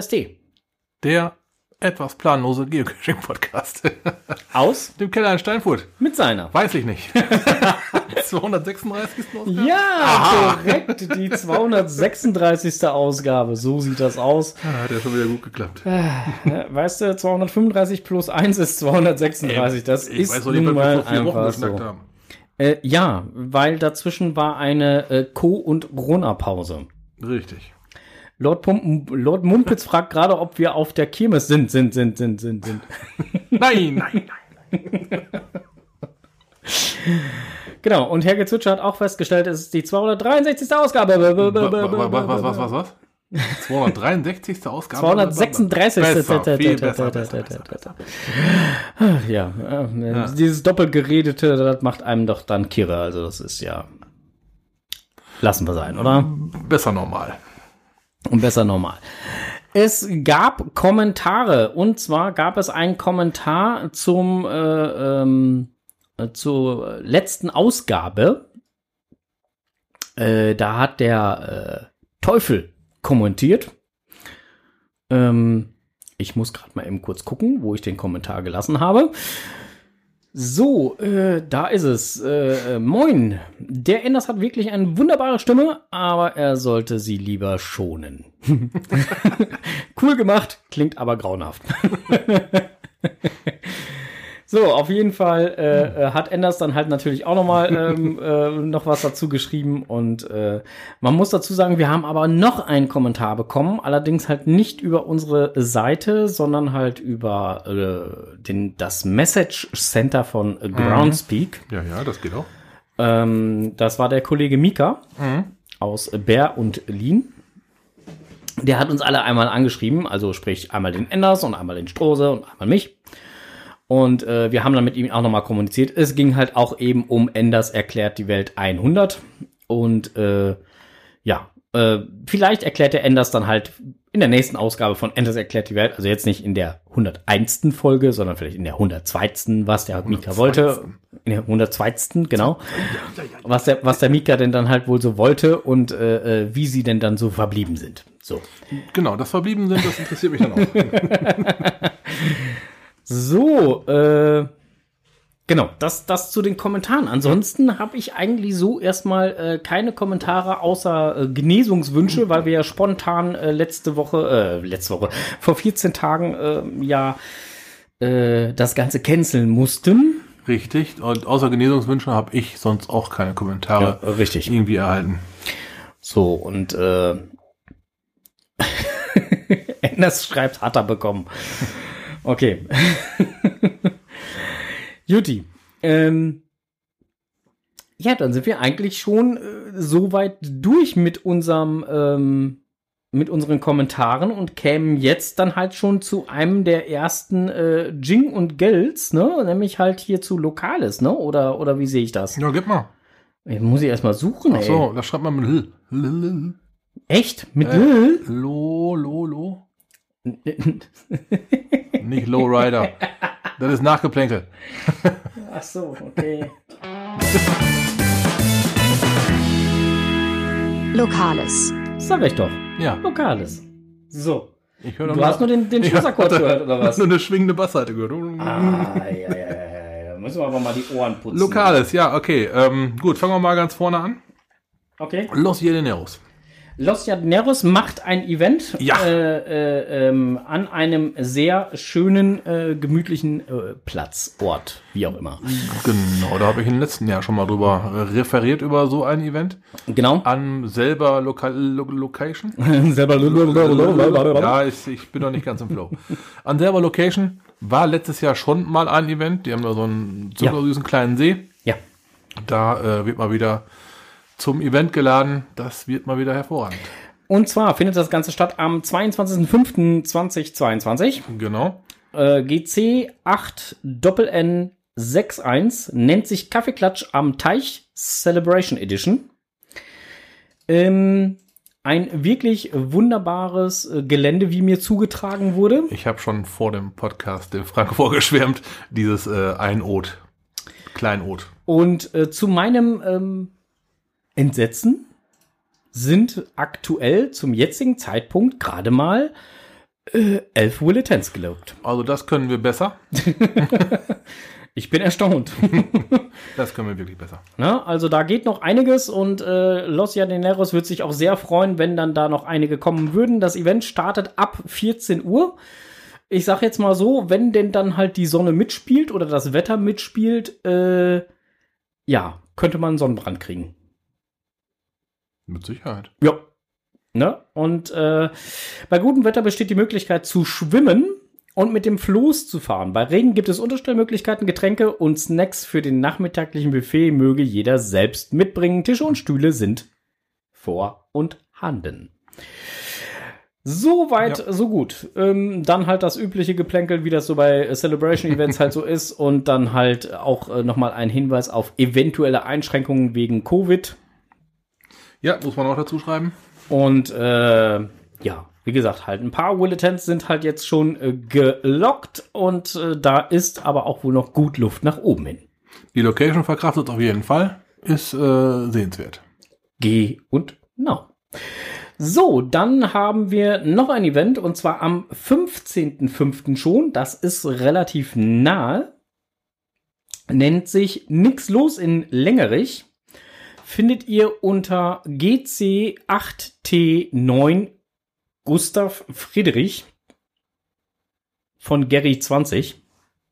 ST. Der etwas planlose Geocaching-Podcast. Aus dem Keller in Steinfurt. mit seiner. Weiß ich nicht. 236. Ausgabe? Ja, korrekt. Die 236. Ausgabe. So sieht das aus. Hat ja schon wieder gut geklappt. Weißt du, 235 plus 1 ist 236. Das Ich ist weiß doch nicht, nun was wir mal vor 4 Wochen einfach geschnackt so. haben. Ja, weil dazwischen war eine Co- und Corona-Pause. Richtig. Lord Mumpitz fragt gerade, ob wir auf der Kirmes sind. Nein. Genau, und Herr Gezwitscher hat auch festgestellt, es ist die 263. Ausgabe. Was? 263. Ausgabe? 236. Viel besser. Ja, dieses Doppelgeredete, das macht einem doch dann Kirre. Also das ist ja... Lassen wir sein, oder? Besser normal. Und besser normal. Es gab Kommentare. Und zwar gab es einen Kommentar zur letzten Ausgabe. Da hat der Teufel kommentiert. Ich muss gerade mal eben kurz gucken, wo ich den Kommentar gelassen habe. So, da ist es. Moin. Der Enders hat wirklich eine wunderbare Stimme, aber er sollte sie lieber schonen. Cool gemacht, klingt aber grauenhaft. So, auf jeden Fall hat Enders dann halt natürlich auch nochmal noch was dazu geschrieben. Und man muss dazu sagen, wir haben aber noch einen Kommentar bekommen. Allerdings halt nicht über unsere Seite, sondern halt über das Message Center von Groundspeak. Ja, das geht auch. Das war der Kollege Mika aus Bär und Lien. Der hat uns alle einmal angeschrieben. Also sprich einmal den Enders und einmal den Strose und einmal mich. Und wir haben dann mit ihm auch nochmal kommuniziert. Es ging halt auch eben um Enders erklärt die Welt 100. Und vielleicht erklärt der Enders dann halt in der nächsten Ausgabe von Enders erklärt die Welt. Also jetzt nicht in der 101. Folge, sondern vielleicht in der 102., was der Mika wollte. In der 102., genau. Was der Mika denn dann halt wohl so wollte und wie sie denn dann so verblieben sind. So. Genau, das verblieben sind, das interessiert mich dann auch. So, genau, das zu den Kommentaren. Ansonsten habe ich eigentlich so erstmal keine Kommentare außer Genesungswünsche, weil wir ja spontan letzte Woche, vor 14 Tagen das Ganze canceln mussten. Richtig, und außer Genesungswünsche habe ich sonst auch keine Kommentare richtig irgendwie erhalten. So, und Enders schreibt, hat er bekommen. Okay. Juti. Dann sind wir eigentlich schon soweit durch mit unseren Kommentaren und kämen jetzt dann halt schon zu einem der ersten Jing und Gels, ne? Nämlich halt hier zu Lokales, ne? Oder wie sehe ich das? Ja, gib mal. Muss ich erstmal suchen, Ach so, das schreibt man mit L. Echt? Mit L? Lo. Nicht Lowrider. Das ist Nachgeplänkel. Ach so, okay. Lokales. Sag ich doch. Ja. Lokales. So. Ich höre Du hast nur den Schlussakkord gehört, oder was? Nur eine schwingende Bassseite gehört. Ja. Müssen wir aber mal die Ohren putzen. Lokales, ja, okay. Gut, fangen wir mal ganz vorne an. Okay. Los Llaneros. Los Llaneros macht ein Event an einem sehr schönen, gemütlichen Ort, wie auch immer. Genau, da habe ich im letzten Jahr schon mal drüber referiert, über so ein Event. Genau. An selber Location. Selber. Ja, ich bin noch nicht ganz im Flow. An selber Location war letztes Jahr schon mal ein Event. Die haben da so einen zuckersüßen kleinen See. Ja. Da wird mal wieder zum Event geladen. Das wird mal wieder hervorragend. Und zwar findet das Ganze statt am 22.05.2022. Genau. GC 8NN61 nennt sich Kaffeeklatsch am Teich Celebration Edition. Ein wirklich wunderbares Gelände, wie mir zugetragen wurde. Ich habe schon vor dem Podcast dem Frank vorgeschwärmt, dieses Einod, Kleinod. Und zu meinem Entsetzen sind aktuell zum jetzigen Zeitpunkt gerade mal 11 Willetens gelobt. Also das können wir besser. Ich bin erstaunt. Das können wir wirklich besser. Na, also da geht noch einiges und Los Llaneros wird sich auch sehr freuen, wenn dann da noch einige kommen würden. Das Event startet ab 14 Uhr. Ich sag jetzt mal so, wenn denn dann halt die Sonne mitspielt oder das Wetter mitspielt, ja, könnte man einen Sonnenbrand kriegen. Mit Sicherheit. Ja. Ne? Und bei gutem Wetter besteht die Möglichkeit zu schwimmen und mit dem Floß zu fahren. Bei Regen gibt es Unterstellmöglichkeiten, Getränke und Snacks für den nachmittaglichen Buffet möge jeder selbst mitbringen. Tische und Stühle sind vorhanden. Soweit, Ja. so gut. Dann halt das übliche Geplänkel, wie das so bei Celebration-Events halt so ist. Und dann halt auch nochmal ein Hinweis auf eventuelle Einschränkungen wegen Covid. Ja, muss man auch dazu schreiben. Und ja, wie gesagt, halt ein paar Willetens sind halt jetzt schon gelockt. Und da ist aber auch wohl noch gut Luft nach oben hin. Die Location verkraftet auf jeden Fall. Ist sehenswert. Geh und no. So, dann haben wir noch ein Event und zwar am 15.05. schon. Das ist relativ nahe. Nennt sich Nix los in Längerich. Findet ihr unter GC8T9 Gustav Friedrich von Gary 20.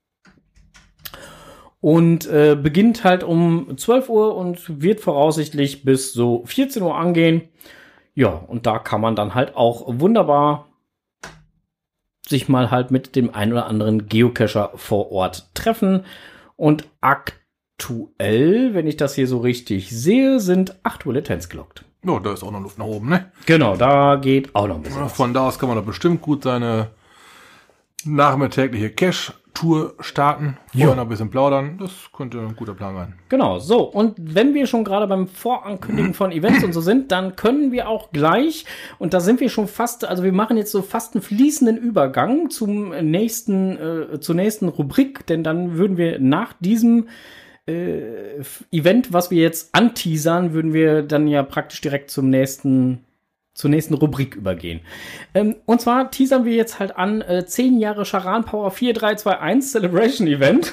Und beginnt halt um 12 Uhr und wird voraussichtlich bis so 14 Uhr angehen. Ja, und da kann man dann halt auch wunderbar sich mal halt mit dem ein oder anderen Geocacher vor Ort treffen. Und aktuell, wenn ich das hier so richtig sehe, sind 8 Willetens gelockt. Ja, da ist auch noch Luft nach oben, ne? Genau, da geht auch noch ein bisschen was. Von da aus kann man doch bestimmt gut seine nachmittägliche Cache-Tour starten. Vorher noch ein bisschen plaudern. Das könnte ein guter Plan sein. Genau, so. Und wenn wir schon gerade beim Vorankündigen von Events und so sind, dann können wir auch gleich, und da sind wir schon fast, also wir machen jetzt so fast einen fließenden Übergang zur nächsten Rubrik, denn dann würden wir nach diesem Event, was wir jetzt anteasern, würden wir dann ja praktisch direkt zur nächsten Rubrik übergehen. Und zwar teasern wir jetzt halt an 10 Jahre Charan Power 4321 Celebration Event.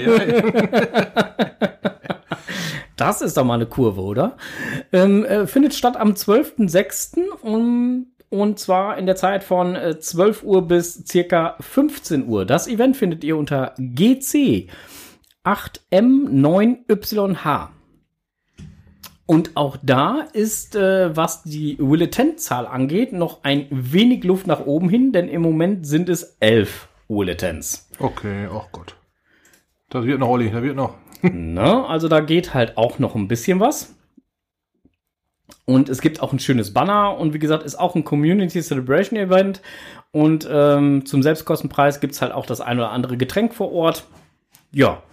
Das ist doch mal eine Kurve, oder? Findet statt am 12.06. Und zwar in der Zeit von 12 Uhr bis circa 15 Uhr. Das Event findet ihr unter GC 8M9YH. Und auch da ist, was die Willetent-Zahl angeht, noch ein wenig Luft nach oben hin, denn im Moment sind es 11 Willetens. Okay, ach Gott. Das wird noch, Olli, das wird noch. Na, also da geht halt auch noch ein bisschen was. Und es gibt auch ein schönes Banner und wie gesagt, ist auch ein Community Celebration Event. Und zum Selbstkostenpreis gibt es halt auch das ein oder andere Getränk vor Ort. Ja.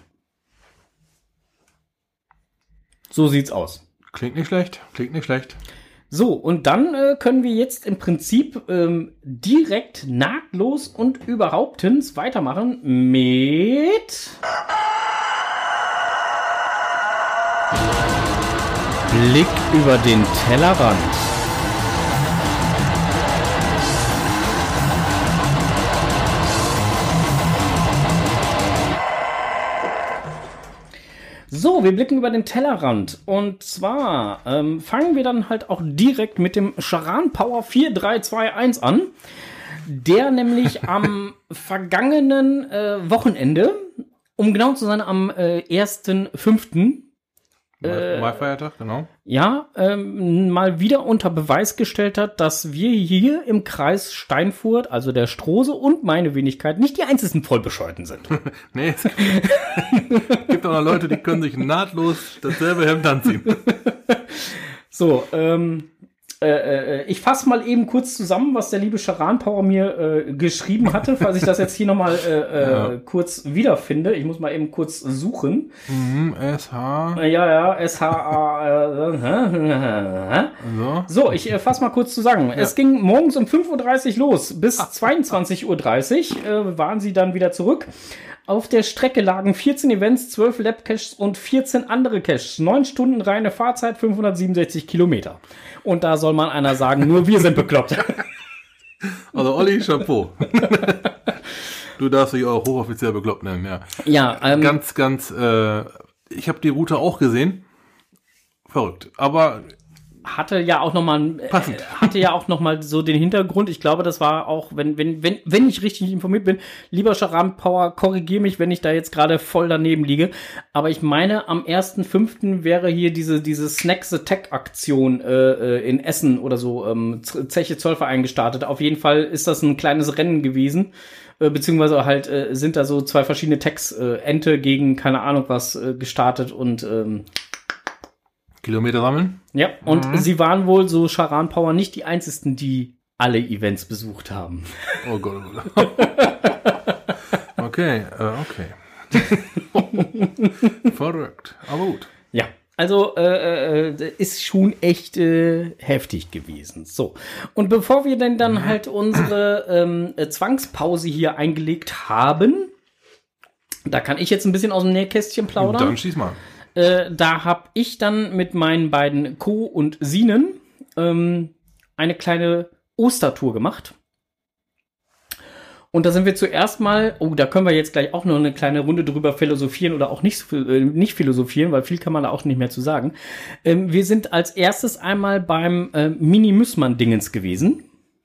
So sieht's aus. Klingt nicht schlecht, klingt nicht schlecht. So, und dann können wir jetzt im Prinzip direkt nahtlos und überhauptens weitermachen mit Blick über den Tellerrand. So, wir blicken über den Tellerrand. Und zwar fangen wir dann halt auch direkt mit dem Charan Power 4321 an. Der nämlich am vergangenen Wochenende, um genau zu sein, am 1.5. Mai-Feiertag, genau. Ja, mal wieder unter Beweis gestellt hat, dass wir hier im Kreis Steinfurt, also der Strose und meine Wenigkeit, nicht die einzigen Vollbescheuerten sind. Nee, es gibt auch noch Leute, die können sich nahtlos dasselbe Hemd anziehen. So, ich fasse mal eben kurz zusammen, was der liebe Charan Power mir geschrieben hatte, falls ich das jetzt hier nochmal kurz wiederfinde. Ich muss mal eben kurz suchen. SH. Ja, SHA. So, ich fasse mal kurz zusammen. Ja. Es ging morgens um 5.30 Uhr los. Bis 22.30 Uhr waren sie dann wieder zurück. Auf der Strecke lagen 14 Events, 12 Lab-Caches und 14 andere Caches. 9 Stunden reine Fahrzeit, 567 Kilometer. Und da soll man einer sagen, nur wir sind bekloppt. Also Olli, Chapeau. Du darfst dich auch hochoffiziell bekloppt nennen, ja. Ja, ganz, ich habe die Route auch gesehen. Verrückt. Aber hatte ja auch noch mal so den Hintergrund. Ich glaube, das war auch, wenn ich richtig informiert bin, lieber Charan Power, korrigiere mich, wenn ich da jetzt gerade voll daneben liege. Aber ich meine, am 1.5. wäre hier diese Snack the Tech Aktion in Essen oder so, Zeche Zollverein gestartet. Auf jeden Fall ist das ein kleines Rennen gewesen. Beziehungsweise halt sind da so zwei verschiedene Techs, Ente gegen keine Ahnung was, gestartet und Kilometer sammeln? ja, und sie waren wohl so Charan Power nicht die einzigen, die alle Events besucht haben. Oh Gott, oh Gott. Okay. Verrückt, aber gut. Ja, also ist schon echt heftig gewesen. So, und bevor wir denn dann halt unsere Zwangspause hier eingelegt haben, da kann ich jetzt ein bisschen aus dem Nähkästchen plaudern. Dann schieß mal. Da habe ich dann mit meinen beiden Co. und Sinen eine kleine Ostertour gemacht. Und da sind wir zuerst mal, da können wir jetzt gleich auch noch eine kleine Runde drüber philosophieren oder auch nicht philosophieren, weil viel kann man da auch nicht mehr zu sagen. Wir sind als erstes einmal beim Mini-Müssmann-Dingens gewesen.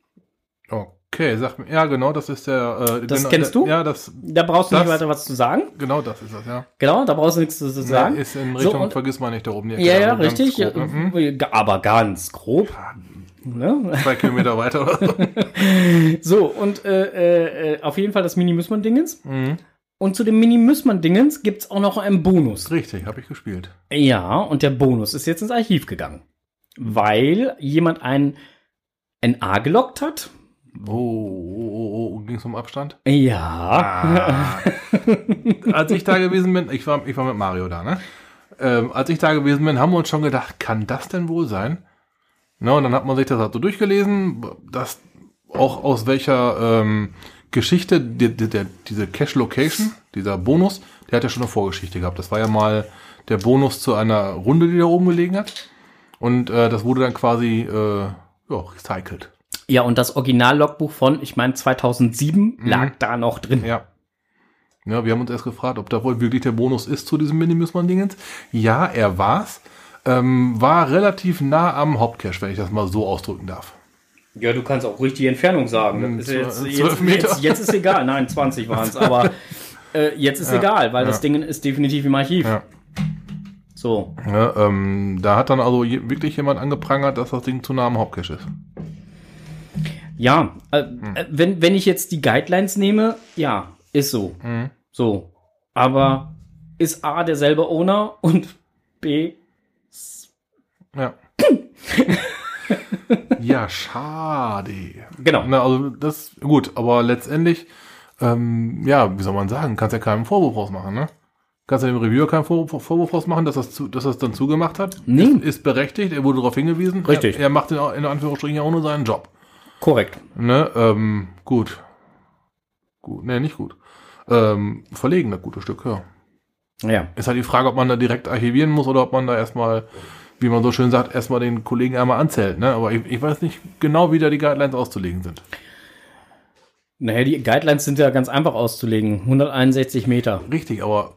Okay, sag mir, ja genau, das ist der... Das kennst du? Ja, da brauchst du nicht weiter was zu sagen. Genau, das ist das, ja. Genau, da brauchst du nichts zu sagen. Ja, ist in Richtung, so, vergiss mal nicht, da oben. Ja, richtig. Grob, aber ganz grob. Ne? 2 Kilometer weiter oder so. So, und auf jeden Fall das Mini-Müssmann-Dingens. Und zu dem Mini-Müssmann-Dingens gibt's auch noch einen Bonus. Richtig, habe ich gespielt. Ja, und der Bonus ist jetzt ins Archiv gegangen. Weil jemand ein NA gelockt hat. Oh, ging es um Abstand? Ja. Als ich da gewesen bin, ich war mit Mario da, ne? Als ich da gewesen bin, haben wir uns schon gedacht, kann das denn wohl sein? Na, und dann hat man sich das halt so durchgelesen, dass auch aus welcher Geschichte diese Cache Location, dieser Bonus, der hat ja schon eine Vorgeschichte gehabt. Das war ja mal der Bonus zu einer Runde, die da oben gelegen hat. Und das wurde dann quasi recycelt. Ja, und das Original-Logbuch von, ich meine, 2007 lag da noch drin. Ja. Ja, wir haben uns erst gefragt, ob da wohl wirklich der Bonus ist zu diesem Mini-Müssmann-Dingens. Ja, er war's. War relativ nah am Hauptcache, wenn ich das mal so ausdrücken darf. Ja, du kannst auch ruhig die Entfernung sagen. Das ist 12 Meter. Jetzt ist egal. Nein, 20 waren es, aber jetzt ist egal, weil das Ding ist definitiv im Archiv. Ja. So. Ja, da hat dann also wirklich jemand angeprangert, dass das Ding zu nah am Hauptcache ist. Ja, wenn ich jetzt die Guidelines nehme, ja, ist so. So. Aber ist A derselbe Owner und B... Ja. Ja, schade. Genau. Na, also das, gut, aber letztendlich, wie soll man sagen, kannst ja keinen Vorwurf rausmachen, ne? Kannst ja dem Reviewer keinen Vorwurf rausmachen, dass das dann zugemacht hat. Nee. Ist berechtigt, er wurde darauf hingewiesen. Richtig. Er macht in Anführungsstrichen ja auch nur seinen Job. Korrekt. Ne, gut. Ne, nicht gut. Verlegen, das gute Stück, ja. Ja. Ist halt die Frage, ob man da direkt archivieren muss oder ob man da erstmal, wie man so schön sagt, erstmal den Kollegen einmal anzählt, ne? Aber ich weiß nicht genau, wie da die Guidelines auszulegen sind. Naja, die Guidelines sind ja ganz einfach auszulegen. 161 Meter. Richtig, aber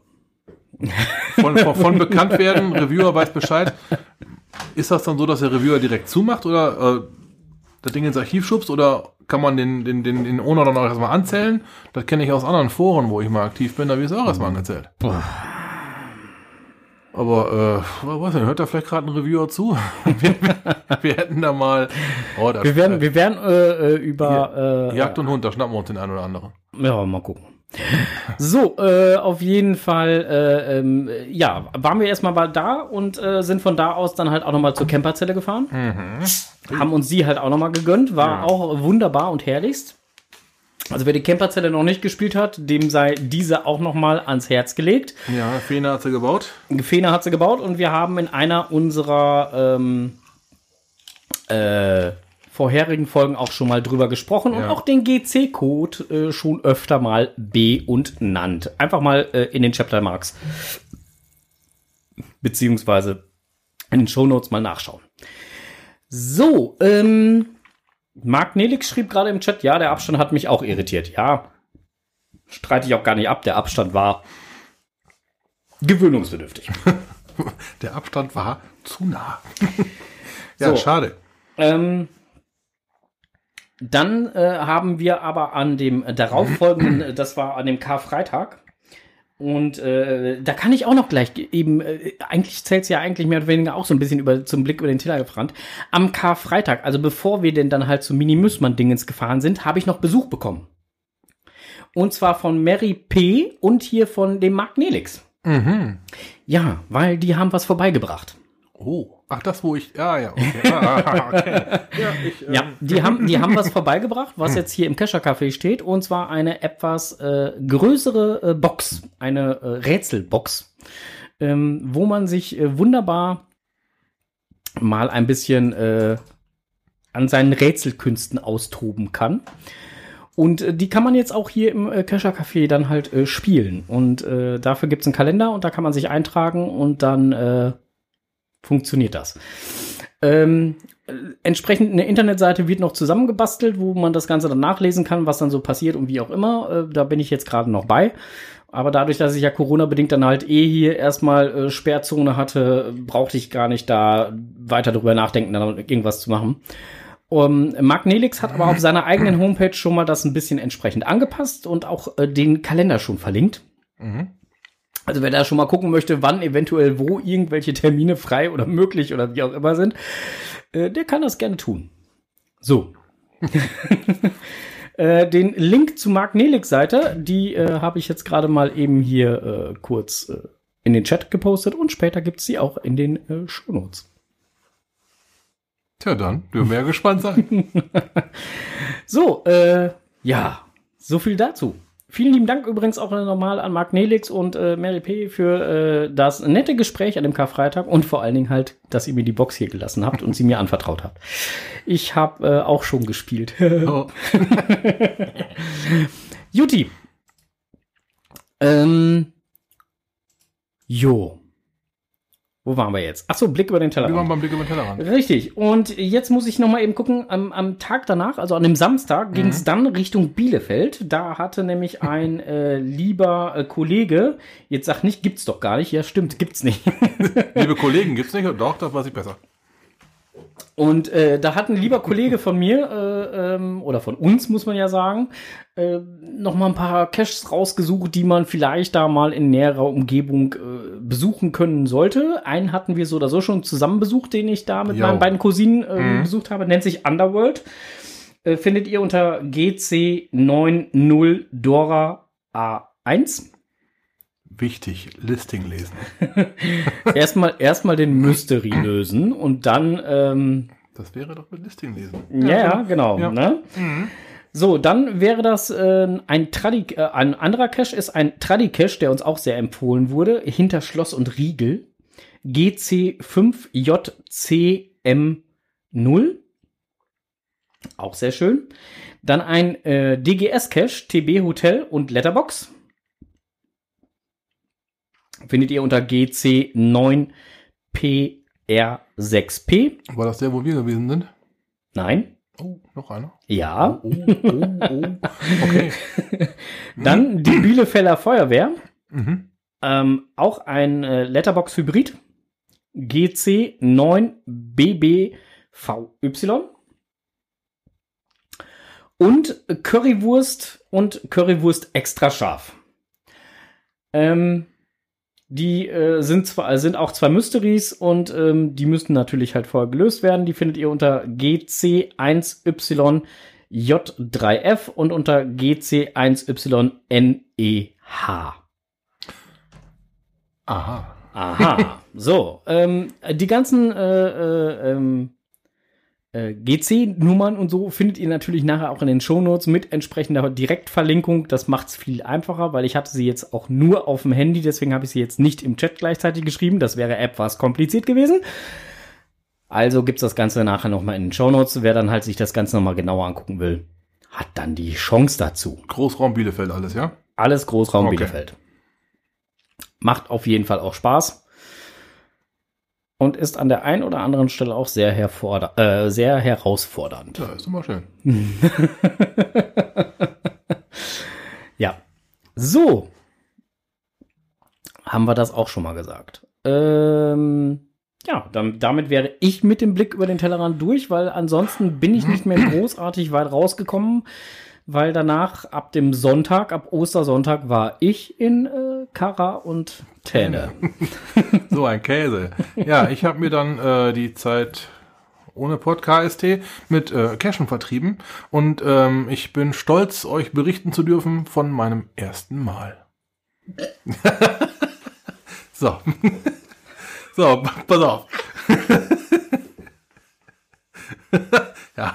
von bekannt werden, Reviewer weiß Bescheid. Ist das dann so, dass der Reviewer direkt zumacht oder das Ding ins Archiv schubst oder kann man den Owner dann auch erstmal anzählen? Das kenne ich aus anderen Foren, wo ich mal aktiv bin, da wird es auch erstmal angezählt. Boah. Aber, was denn, hört da vielleicht gerade ein Reviewer zu? wir hätten da mal... Oh, wir werden über... Jagd und Hund, da schnappen wir uns den einen oder anderen. Ja, mal gucken. So, auf jeden Fall, waren wir erstmal mal da und sind von da aus dann halt auch nochmal zur Camperzelle gefahren. Haben uns die halt auch nochmal gegönnt, war auch wunderbar und herrlichst. Also wer die Camperzelle noch nicht gespielt hat, dem sei diese auch nochmal ans Herz gelegt. Ja, Fena hat sie gebaut. Fena hat sie gebaut und wir haben in einer unserer vorherigen Folgen auch schon mal drüber gesprochen und auch den GC-Code schon öfter mal benannt. Einfach mal in den Chapter Marks beziehungsweise in den Shownotes mal nachschauen. So, Marc Nelix schrieb gerade im Chat, ja, der Abstand hat mich auch irritiert. Ja, streite ich auch gar nicht ab. Der Abstand war gewöhnungsbedürftig. Der Abstand war zu nah. Ja, So. schade. Dann haben wir aber an dem darauffolgenden, das war an dem Karfreitag. Und da kann ich auch noch gleich eben, eigentlich zählt es ja eigentlich mehr oder weniger auch so ein bisschen zum Blick über den Tellerrand. Am Karfreitag, also bevor wir denn dann halt zu Mini-Müssmann-Dingens gefahren sind, habe ich noch Besuch bekommen. Und zwar von Mary P. und hier von dem Marc Nelix. Mhm. Ja, weil die haben was vorbeigebracht. Oh, ach, das, wo ich, ja, okay. Okay. Ja, die haben was vorbeigebracht, was jetzt hier im Kescher Café steht, und zwar eine etwas größere Box, eine Rätselbox, wo man sich wunderbar mal ein bisschen an seinen Rätselkünsten austoben kann. Und die kann man jetzt auch hier im Kescher Café dann halt spielen. Und dafür gibt's einen Kalender und da kann man sich eintragen und dann funktioniert das. Entsprechend eine Internetseite wird noch zusammengebastelt, wo man das Ganze dann nachlesen kann, was dann so passiert und wie auch immer. Da bin ich jetzt gerade noch bei. Aber dadurch, dass ich ja Corona-bedingt dann halt hier erstmal Sperrzone hatte, brauchte ich gar nicht da weiter drüber nachdenken, dann irgendwas zu machen. Marc Nelix hat aber auf seiner eigenen Homepage schon mal das ein bisschen entsprechend angepasst und auch den Kalender schon verlinkt. Mhm. Also wer da schon mal gucken möchte, wann eventuell wo irgendwelche Termine frei oder möglich oder wie auch immer sind, der kann das gerne tun. So. Den Link zu Marc Nelix Seite, die habe ich jetzt gerade mal eben hier kurz in den Chat gepostet und später gibt's sie auch in den Shownotes. Tja, dann dürfen wir ja gespannt sein. So, ja, so viel dazu. Vielen lieben Dank übrigens auch nochmal an Marc Nelix und Mary P. für das nette Gespräch an dem Karfreitag und vor allen Dingen halt, dass ihr mir die Box hier gelassen habt und sie mir anvertraut habt. Ich habe auch schon gespielt. Oh. Juti. Jo. Wo waren wir jetzt? Achso, Blick über den Tellerrand. Wir waren beim Blick über den Tellerrand. Richtig. Und jetzt muss ich noch mal eben gucken, am Tag danach, also an dem Samstag, ging es dann Richtung Bielefeld. Da hatte nämlich ein lieber Kollege, jetzt sag nicht, gibt's doch gar nicht. Ja, stimmt, gibt's nicht. Liebe Kollegen, gibt's nicht? Doch, das weiß ich besser. Und da hat ein lieber Kollege von mir, oder von uns, muss man ja sagen, noch mal ein paar Caches rausgesucht, die man vielleicht da mal in näherer Umgebung besuchen können sollte. Einen hatten wir so oder so schon zusammen besucht, den ich da mit meinen beiden Cousinen besucht habe. Nennt sich Underworld. Findet ihr unter GC90 Dora A1. Wichtig, Listing lesen. Erstmal den Mystery lösen und dann das wäre doch mit Listing lesen. Ja, genau. Ja. Ne? So, dann wäre das ein anderer Cache ist ein Tradi-Cache, der uns auch sehr empfohlen wurde, hinter Schloss und Riegel. GC5JCM0. Auch sehr schön. Dann ein DGS-Cache, TB Hotel und Letterbox. Findet ihr unter GC9PR6P. War das der, wo wir gewesen sind? Nein. Oh, noch einer? Ja. Oh. Okay. Dann die Bielefelder Feuerwehr. Mhm. Auch ein Letterbox-Hybrid. GC9BBVY. Und Currywurst und Currywurst extra scharf. Die sind auch zwei Mysteries und die müssen natürlich halt vorher gelöst werden. Die findet ihr unter GC1YJ3F und unter GC1YNEH. Aha. So, die ganzen GC-Nummern und so findet ihr natürlich nachher auch in den Shownotes mit entsprechender Direktverlinkung. Das macht's viel einfacher, weil ich hatte sie jetzt auch nur auf dem Handy, deswegen habe ich sie jetzt nicht im Chat gleichzeitig geschrieben. Das wäre etwas kompliziert gewesen. Also gibt's das Ganze nachher nochmal in den Shownotes. Wer dann halt sich das Ganze nochmal genauer angucken will, hat dann die Chance dazu. Großraum Bielefeld alles, ja? Alles Großraum Okay. Bielefeld. Macht auf jeden Fall auch Spaß. und ist an der einen oder anderen Stelle auch sehr herausfordernd. Ja, ist immer schön. Ja. So. Haben wir das auch schon mal gesagt. Ja, damit wäre ich mit dem Blick über den Tellerrand durch, weil ansonsten bin ich nicht mehr großartig weit rausgekommen, weil danach ab dem Sonntag, ab Ostersonntag, war ich in Kara und Täne. So ein Käse. Ja, ich habe mir dann die Zeit ohne Podcast mit Cashen vertrieben und ich bin stolz, euch berichten zu dürfen von meinem ersten Mal. So. So, pass auf. Ja.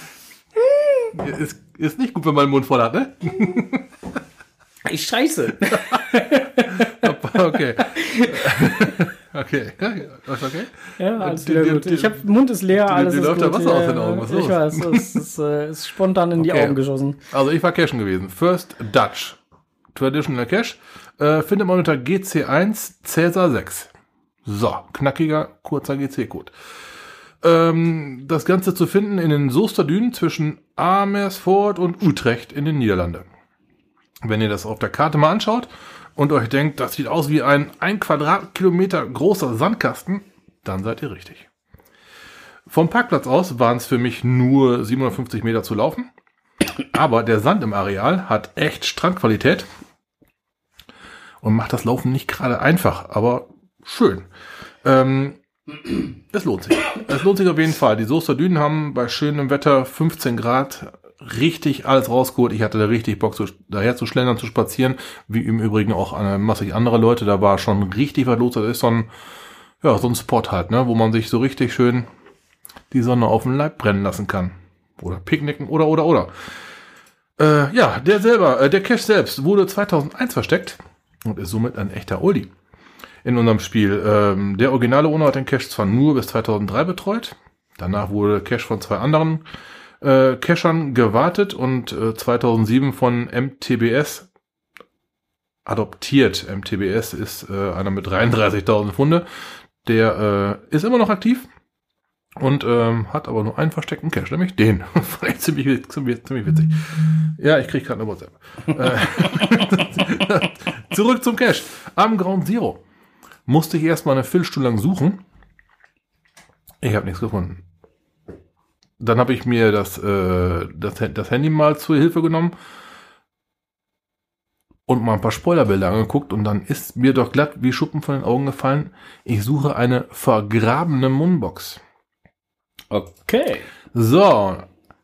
Ist nicht gut, wenn man den Mund voll hat, ne? Ich scheiße. Okay. Okay. Ist okay? Ja, alles wieder gut. Ich hab, Mund ist leer, alles ist gut. Läuft da Wasser aus den Augen. Was ist los? Ich weiß, es ist spontan in die Augen geschossen. Also ich war Cashen gewesen. First Dutch. Traditional Cash. Findet man unter GC1 Cäsar 6. So, knackiger, kurzer GC-Code. Das Ganze zu finden in den Soesterdünen zwischen Amersfoort und Utrecht in den Niederlanden. Wenn ihr das auf der Karte mal anschaut und euch denkt, das sieht aus wie ein Quadratkilometer großer Sandkasten, dann seid ihr richtig. Vom Parkplatz aus waren es für mich nur 750 Meter zu laufen, aber der Sand im Areal hat echt Strandqualität und macht das Laufen nicht gerade einfach, aber schön. Es lohnt sich. Es lohnt sich auf jeden Fall. Die Soester Dünen haben bei schönem Wetter 15 Grad richtig alles rausgeholt. Ich hatte da richtig Bock, daher zu schlendern, zu spazieren. Wie im Übrigen auch massig andere Leute. Da war schon richtig was los. Das ist so ein Spot halt, ne, wo man sich so richtig schön die Sonne auf den Leib brennen lassen kann. Oder picknicken oder. Der Cache selbst wurde 2001 versteckt und ist somit ein echter Oldie. In unserem Spiel. Der originale Owner hat den Cache zwar nur bis 2003 betreut. Danach wurde der Cache von zwei anderen Cachern gewartet und 2007 von MTBS adoptiert. MTBS ist einer mit 33.000 Funde. Der ist immer noch aktiv und hat aber nur einen versteckten Cache, nämlich den. Fand ich ziemlich witzig. Ja, ich kriege gerade eine WhatsApp. Zurück zum Cache. Am Ground Zero musste ich erstmal eine Viertelstunde lang suchen. Ich habe nichts gefunden. Dann habe ich mir das Handy mal zur Hilfe genommen und mal ein paar Spoilerbilder angeguckt und dann ist mir doch glatt wie Schuppen von den Augen gefallen. Ich suche eine vergrabene Moonbox. Okay. So.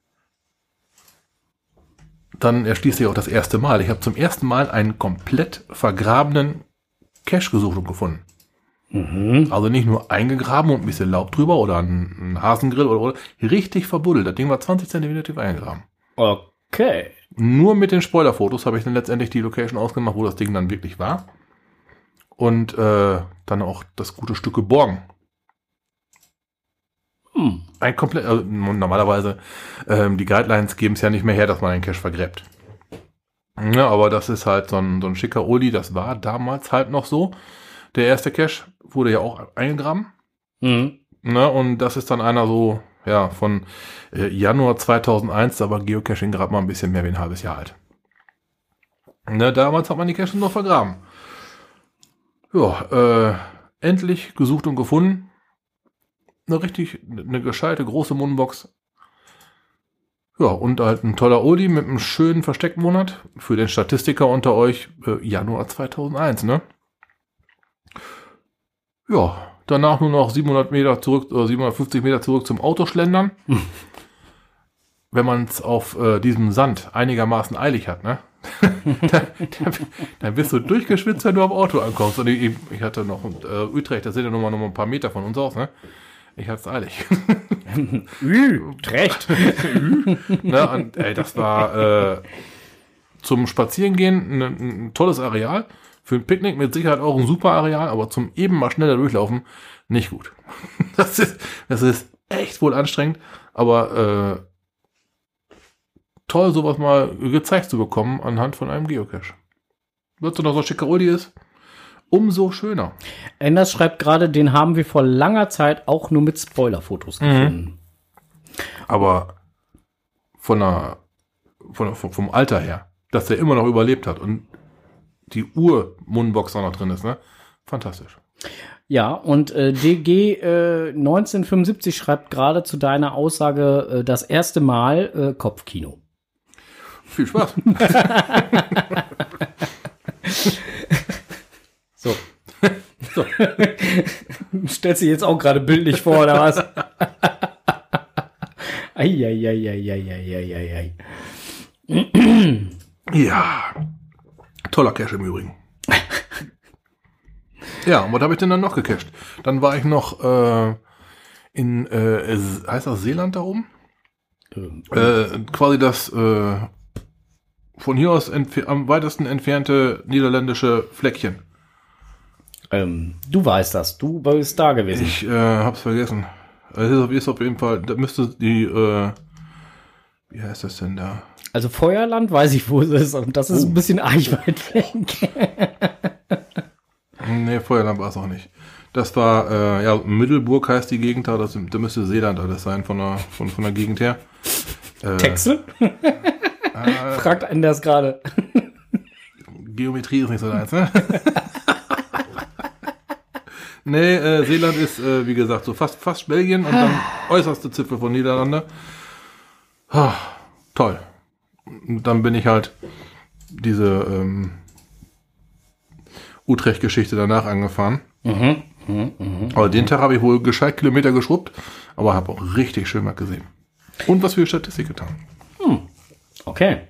Dann erschließt sich auch das erste Mal. Ich habe zum ersten Mal einen komplett vergrabenen Cache gesucht und gefunden. Mhm. Also nicht nur eingegraben und ein bisschen Laub drüber oder ein Hasengrill oder richtig verbuddelt. Das Ding war 20 cm tief eingegraben. Okay. Nur mit den Spoilerfotos habe ich dann letztendlich die Location ausgemacht, wo das Ding dann wirklich war. Und dann auch das gute Stück geborgen. Ein komplett, also normalerweise, die Guidelines geben es ja nicht mehr her, dass man einen Cache vergräbt. Ja, aber das ist halt so ein schicker Oldie, das war damals halt noch so. Der erste Cache wurde ja auch eingegraben. Mhm. Ne, und das ist dann einer so, ja, von Januar 2001, da war Geocaching gerade mal ein bisschen mehr wie ein halbes Jahr alt. Ne, damals hat man die Caches noch vergraben. Ja, endlich gesucht und gefunden. Eine gescheite große Moonbox. Ja, und halt ein toller Oldie mit einem schönen Versteckmonat für den Statistiker unter euch, Januar 2001, ne? Ja, danach nur noch 700 Meter zurück, oder 750 Meter zurück zum Auto schlendern. Wenn man es auf diesem Sand einigermaßen eilig hat, ne? dann bist du durchgeschwitzt, wenn du am Auto ankommst. Und ich hatte noch Utrecht, das sind ja noch mal ein paar Meter von uns aus, ne? Ich hatte es eilig. Utrecht. Ne, und, das war zum Spazierengehen ein tolles Areal. Für ein Picknick mit Sicherheit auch ein super Areal, aber zum eben mal schneller durchlaufen nicht gut. Das ist echt wohl anstrengend, aber toll, sowas mal gezeigt zu bekommen anhand von einem Geocache. Wenn es noch so schicker Oldie ist umso schöner. Anders schreibt gerade, den haben wir vor langer Zeit auch nur mit Spoilerfotos gefunden. Aber vom Alter her, dass der immer noch überlebt hat und die Ur-Moonbox auch noch drin ist, ne? Fantastisch. Ja, und DG 1975 schreibt gerade zu deiner Aussage das erste Mal Kopfkino. Viel Spaß. So. Stellst du jetzt auch gerade bildlich vor, oder was? Eieieiei. Ja. Toller Cache im Übrigen. Ja, und was habe ich denn dann noch gecached? Dann war ich noch in, heißt das Seeland da oben? Quasi das von hier aus am weitesten entfernte niederländische Fleckchen. Du weißt das, du bist da gewesen. Ich hab's vergessen. Es ist auf jeden Fall, da müsste die, wie heißt das denn da? Also Feuerland weiß ich, wo es ist, und das ist ein bisschen arg weit weg. Nee, Feuerland war es auch nicht. Das war, ja, Middelburg heißt die Gegend da, da müsste Seeland alles sein von der Gegend her. Texel? Fragt einen das gerade. Geometrie ist nicht so deins, ne? Nee, Seeland ist, wie gesagt, so fast Belgien und dann äußerste Zipfel von Niederlande. Toll. Und dann bin ich halt diese Utrecht-Geschichte danach angefahren. Aber den Tag habe ich wohl gescheit Kilometer geschrubbt, aber habe auch richtig schön was gesehen. Und was für die Statistik getan. Okay.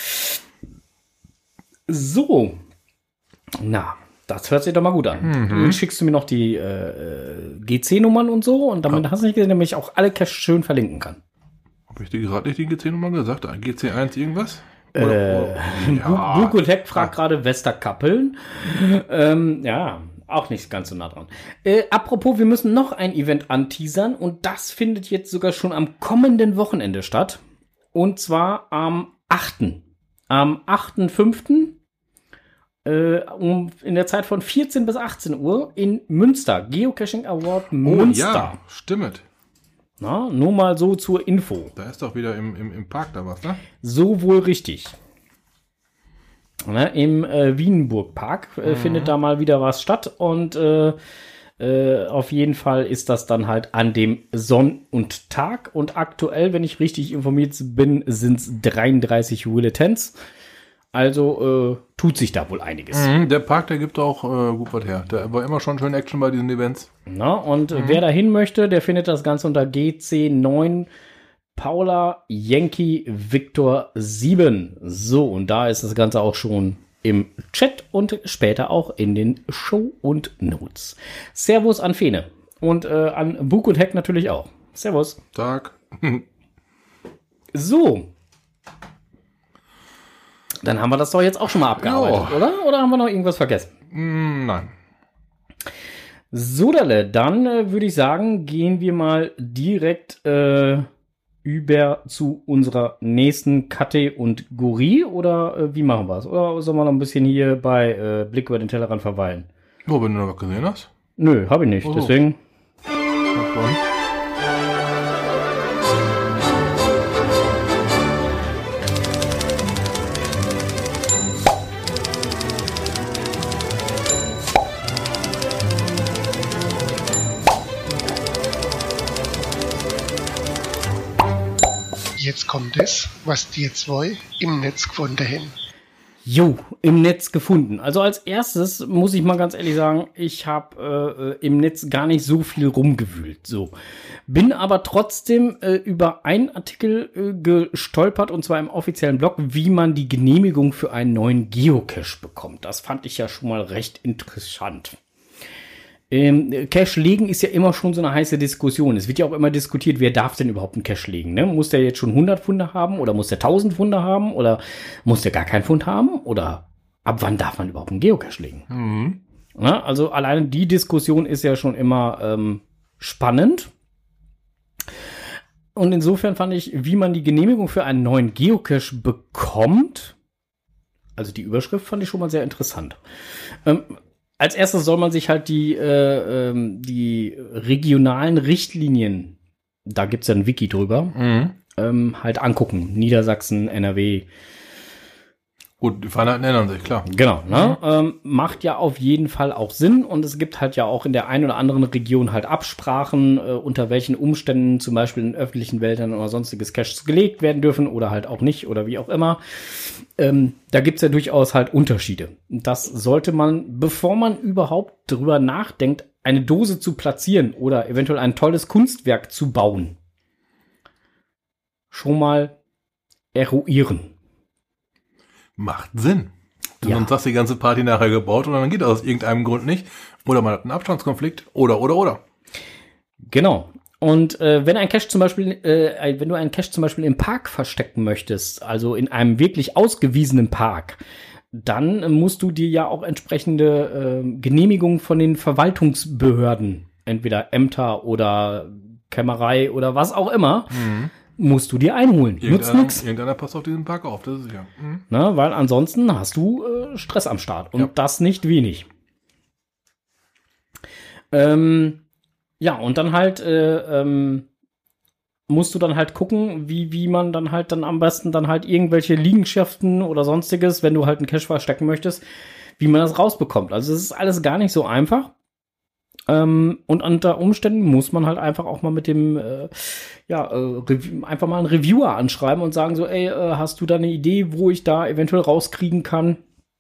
So. Na, das hört sich doch mal gut an. Dann schickst du mir noch die GC-Nummern und so, und damit hast du nicht gesehen, damit ich auch alle Caches schön verlinken kann. Habe ich dir gerade nicht die GC-Nummer gesagt? GC1 irgendwas? Bukotec fragt gerade Westerkappeln. Ja, auch nicht ganz so nah dran. Apropos, wir müssen noch ein Event anteasern, und das findet jetzt sogar schon am kommenden Wochenende statt. Und zwar am 8. Am 8.5. In der Zeit von 14 bis 18 Uhr in Münster. Geocaching Award Münster. Ja, stimmt. Na, nur mal so zur Info. Da ist doch wieder im Park da was, ne? So wohl richtig. Na, im Wienburg-Park findet da mal wieder was statt, und auf jeden Fall ist das dann halt an dem Sonn- und Tag, und aktuell, wenn ich richtig informiert bin, sind es 33 Willetents. Also tut sich da wohl einiges. Der Park, der gibt auch gut was her. Da war immer schon schön Action bei diesen Events. Na, und wer da hin möchte, der findet das Ganze unter GC9 Paula Yankee Victor 7. So, und da ist das Ganze auch schon im Chat und später auch in den Show und Notes. Servus an Fene und an Buk und Heck natürlich auch. Servus. Tag. So. Dann haben wir das doch jetzt auch schon mal abgearbeitet, oder? Oder haben wir noch irgendwas vergessen? Nein. So, dann würde ich sagen, gehen wir mal direkt über zu unserer nächsten Kategorie, oder wie machen wir es? Oder sollen wir noch ein bisschen hier bei Blick über den Tellerrand verweilen? Wo, wenn du noch was gesehen hast? Nö, habe ich nicht, deswegen. Jetzt kommt es, was die zwei im Netz gefunden haben. Jo, im Netz gefunden. Also als erstes muss ich mal ganz ehrlich sagen, ich habe im Netz gar nicht so viel rumgewühlt. So, bin aber trotzdem über einen Artikel gestolpert, und zwar im offiziellen Blog, wie man die Genehmigung für einen neuen Geocache bekommt. Das fand ich ja schon mal recht interessant. Cache legen ist ja immer schon so eine heiße Diskussion. Es wird ja auch immer diskutiert, wer darf denn überhaupt einen Cache legen? Ne? Muss der jetzt schon 100 Funde haben, oder muss der 1000 Funde haben, oder muss der gar keinen Fund haben, oder ab wann darf man überhaupt einen Geocache legen? Na, also alleine die Diskussion ist ja schon immer spannend. Und insofern fand ich, wie man die Genehmigung für einen neuen Geocache bekommt, also die Überschrift fand ich schon mal sehr interessant. als erstes soll man sich halt die regionalen Richtlinien, da gibt's ja ein Wiki drüber, halt angucken. Niedersachsen, NRW. Gut, die Feinheiten ändern sich, klar. Genau, ne? Macht ja auf jeden Fall auch Sinn und es gibt halt ja auch in der einen oder anderen Region halt Absprachen, unter welchen Umständen zum Beispiel in öffentlichen Wäldern oder sonstiges Caches gelegt werden dürfen oder halt auch nicht oder wie auch immer. Da gibt's ja durchaus halt Unterschiede. Und das sollte man, bevor man überhaupt drüber nachdenkt, eine Dose zu platzieren oder eventuell ein tolles Kunstwerk zu bauen, schon mal eruieren. Macht Sinn. Ja. Sonst hast du die ganze Party nachher gebaut und dann geht das aus irgendeinem Grund nicht. Oder man hat einen Abstandskonflikt. Oder. Genau. Und wenn du einen Cache zum Beispiel im Park verstecken möchtest, also in einem wirklich ausgewiesenen Park, dann musst du dir ja auch entsprechende Genehmigungen von den Verwaltungsbehörden, entweder Ämter oder Kämmerei oder was auch immer, musst du dir einholen. Nutzt nix. Irgendeiner passt auf diesen Park auf, das ist sicher. Na, weil ansonsten hast du Stress am Start und das nicht wenig. Ja, und dann halt musst du dann halt gucken, wie man dann halt dann am besten dann halt irgendwelche Liegenschaften oder sonstiges, wenn du halt einen Cache verstecken möchtest, wie man das rausbekommt. Also es ist alles gar nicht so einfach. Und unter Umständen muss man halt einfach auch mal mit dem einfach mal einen Reviewer anschreiben und sagen so, ey, hast du da eine Idee, wo ich da eventuell rauskriegen kann,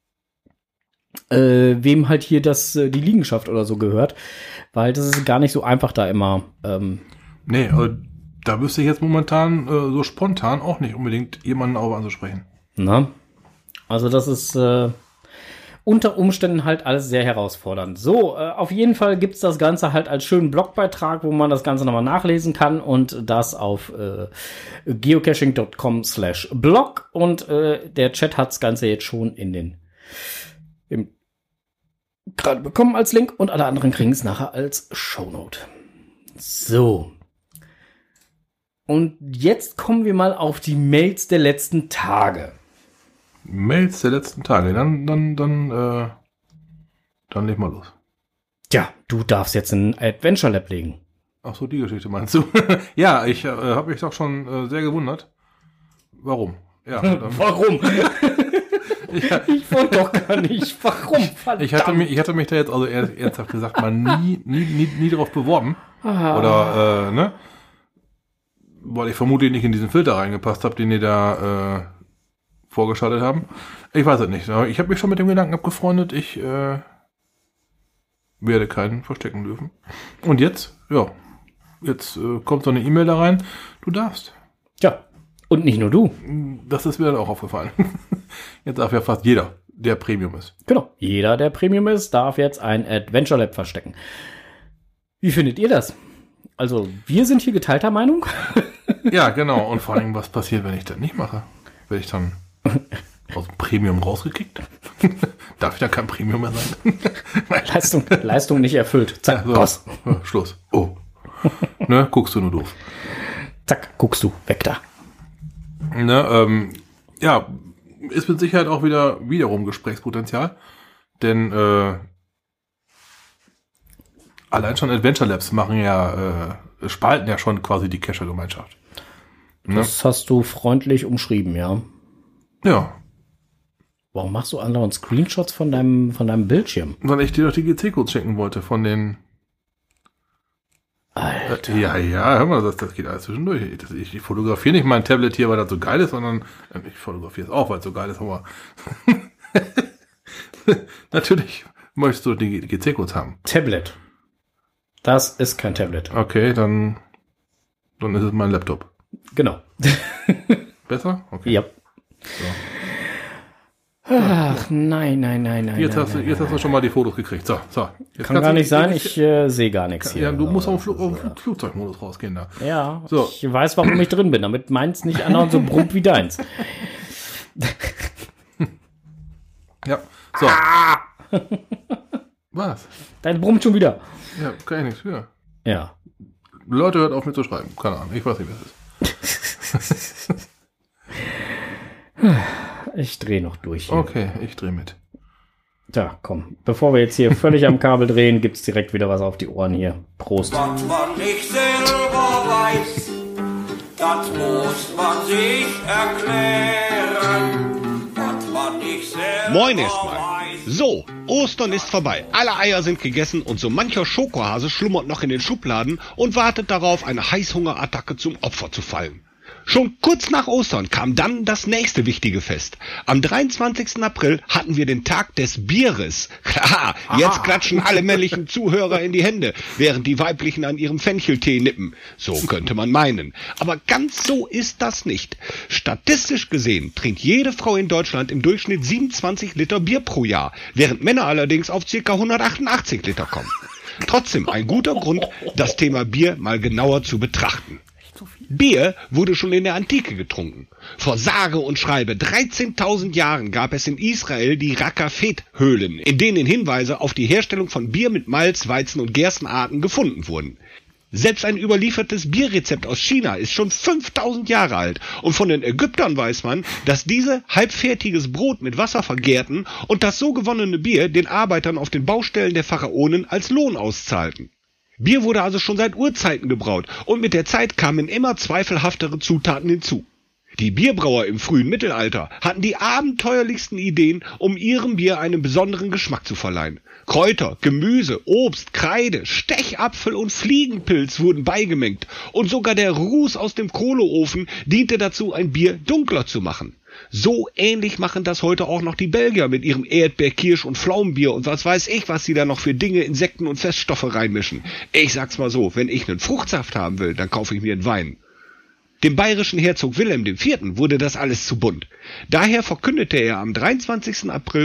wem halt hier die Liegenschaft oder so gehört, weil das ist gar nicht so einfach da immer. Nee, da wüsste ich jetzt momentan so spontan auch nicht unbedingt jemanden auch anzusprechen. Na? Also das ist unter Umständen halt alles sehr herausfordernd. So, auf jeden Fall gibt's das Ganze halt als schönen Blogbeitrag, wo man das Ganze nochmal nachlesen kann und das auf geocaching.com/blog und der Chat hat das Ganze jetzt schon gerade bekommen als Link und alle anderen kriegen es nachher als Shownote. So. Und jetzt kommen wir mal auf die Mails der letzten Tage. Mails der letzten Tage, dann leg mal los. Tja, du darfst jetzt ein Adventure Lab legen. Ach so, die Geschichte meinst du? Ja, ich habe mich doch schon sehr gewundert. Warum? Ja. Warum? Ich wollte doch gar nicht. Warum? Verdammt. Ich hatte mich da jetzt also ernsthaft gesagt mal nie drauf beworben. Oder, ne? Weil ich vermutlich nicht in diesen Filter reingepasst habe, den ihr da vorgeschaltet haben. Ich weiß es nicht. Ich habe mich schon mit dem Gedanken abgefreundet, ich werde keinen verstecken dürfen. Und jetzt kommt so eine E-Mail da rein, du darfst. Tja, und nicht nur du. Das ist mir dann auch aufgefallen. Jetzt darf ja fast jeder, der Premium ist. Genau, jeder, der Premium ist, darf jetzt ein Adventure Lab verstecken. Wie findet ihr das? Also, wir sind hier geteilter Meinung. Ja, genau. Und vor allem, was passiert, wenn ich das nicht mache? Werde ich dann aus dem Premium rausgekickt? Darf ich da kein Premium mehr sein? Leistung nicht erfüllt. Zack, so, raus. Schluss. Oh. Ne, guckst du nur doof. Zack, guckst du, weg da. Ne, ja, ist mit Sicherheit auch wiederum Gesprächspotenzial. Denn allein schon Adventure Labs spalten ja schon quasi die Cacher-Gemeinschaft. Ne? Das hast du freundlich umschrieben, ja. Ja. Warum machst du anderen Screenshots von deinem Bildschirm? Weil ich dir doch die GC-Codes schicken wollte von den... Alter. Ja, hör mal, das geht alles zwischendurch. Ich fotografiere nicht mein Tablet hier, weil das so geil ist, sondern ich fotografiere es auch, weil es so geil ist, aber natürlich möchtest du die GC-Codes haben. Tablet. Das ist kein Tablet. Okay, dann ist es mein Laptop. Genau. Besser? Okay. Ja. So. Ach, nein. Jetzt hast du schon mal die Fotos gekriegt. So. Jetzt Kann gar nicht sein, ich sehe gar nichts hier. Ja, du musst auf den Flugzeugmodus rausgehen da. Ja, so. Ich weiß, warum ich drin bin, damit meins nicht andauernd so brummt wie deins. Ja, so. Was? Dein brummt schon wieder. Ja, kann ich nichts für. Ja. Leute, hört auf mir zu schreiben. Keine Ahnung, ich weiß nicht, wer es ist. Ich drehe noch durch hier. Okay, ich drehe mit. Tja, komm, bevor wir jetzt hier völlig am Kabel drehen, gibt's direkt wieder was auf die Ohren hier. Prost. Was man nicht selber weiß, das muss man sich erklären. Was man nicht selber Moin erstmal. weiß. So, Ostern ist vorbei. Alle Eier sind gegessen und so mancher Schokohase schlummert noch in den Schubladen und wartet darauf, eine Heißhungerattacke zum Opfer zu fallen. Schon kurz nach Ostern kam dann das nächste wichtige Fest. Am 23. April hatten wir den Tag des Bieres. Klar, jetzt klatschen alle männlichen Zuhörer in die Hände, während die weiblichen an ihrem Fencheltee nippen. So könnte man meinen. Aber ganz so ist das nicht. Statistisch gesehen trinkt jede Frau in Deutschland im Durchschnitt 27 Liter Bier pro Jahr, während Männer allerdings auf ca. 188 Liter kommen. Trotzdem ein guter Grund, das Thema Bier mal genauer zu betrachten. Bier wurde schon in der Antike getrunken. Vor sage und schreibe 13.000 Jahren gab es in Israel die Rakafet-Höhlen, in denen Hinweise auf die Herstellung von Bier mit Malz, Weizen und Gerstenarten gefunden wurden. Selbst ein überliefertes Bierrezept aus China ist schon 5.000 Jahre alt und von den Ägyptern weiß man, dass diese halbfertiges Brot mit Wasser vergärten und das so gewonnene Bier den Arbeitern auf den Baustellen der Pharaonen als Lohn auszahlten. Bier wurde also schon seit Urzeiten gebraut und mit der Zeit kamen immer zweifelhaftere Zutaten hinzu. Die Bierbrauer im frühen Mittelalter hatten die abenteuerlichsten Ideen, um ihrem Bier einen besonderen Geschmack zu verleihen. Kräuter, Gemüse, Obst, Kreide, Stechapfel und Fliegenpilz wurden beigemengt und sogar der Ruß aus dem Kohleofen diente dazu, ein Bier dunkler zu machen. So ähnlich machen das heute auch noch die Belgier mit ihrem Erdbeer-, Kirsch- und Pflaumenbier und was weiß ich, was sie da noch für Dinge, Insekten und Feststoffe reinmischen. Ich sag's mal so, wenn ich einen Fruchtsaft haben will, dann kaufe ich mir einen Wein. Dem bayerischen Herzog Wilhelm IV. Wurde das alles zu bunt. Daher verkündete er am 23. April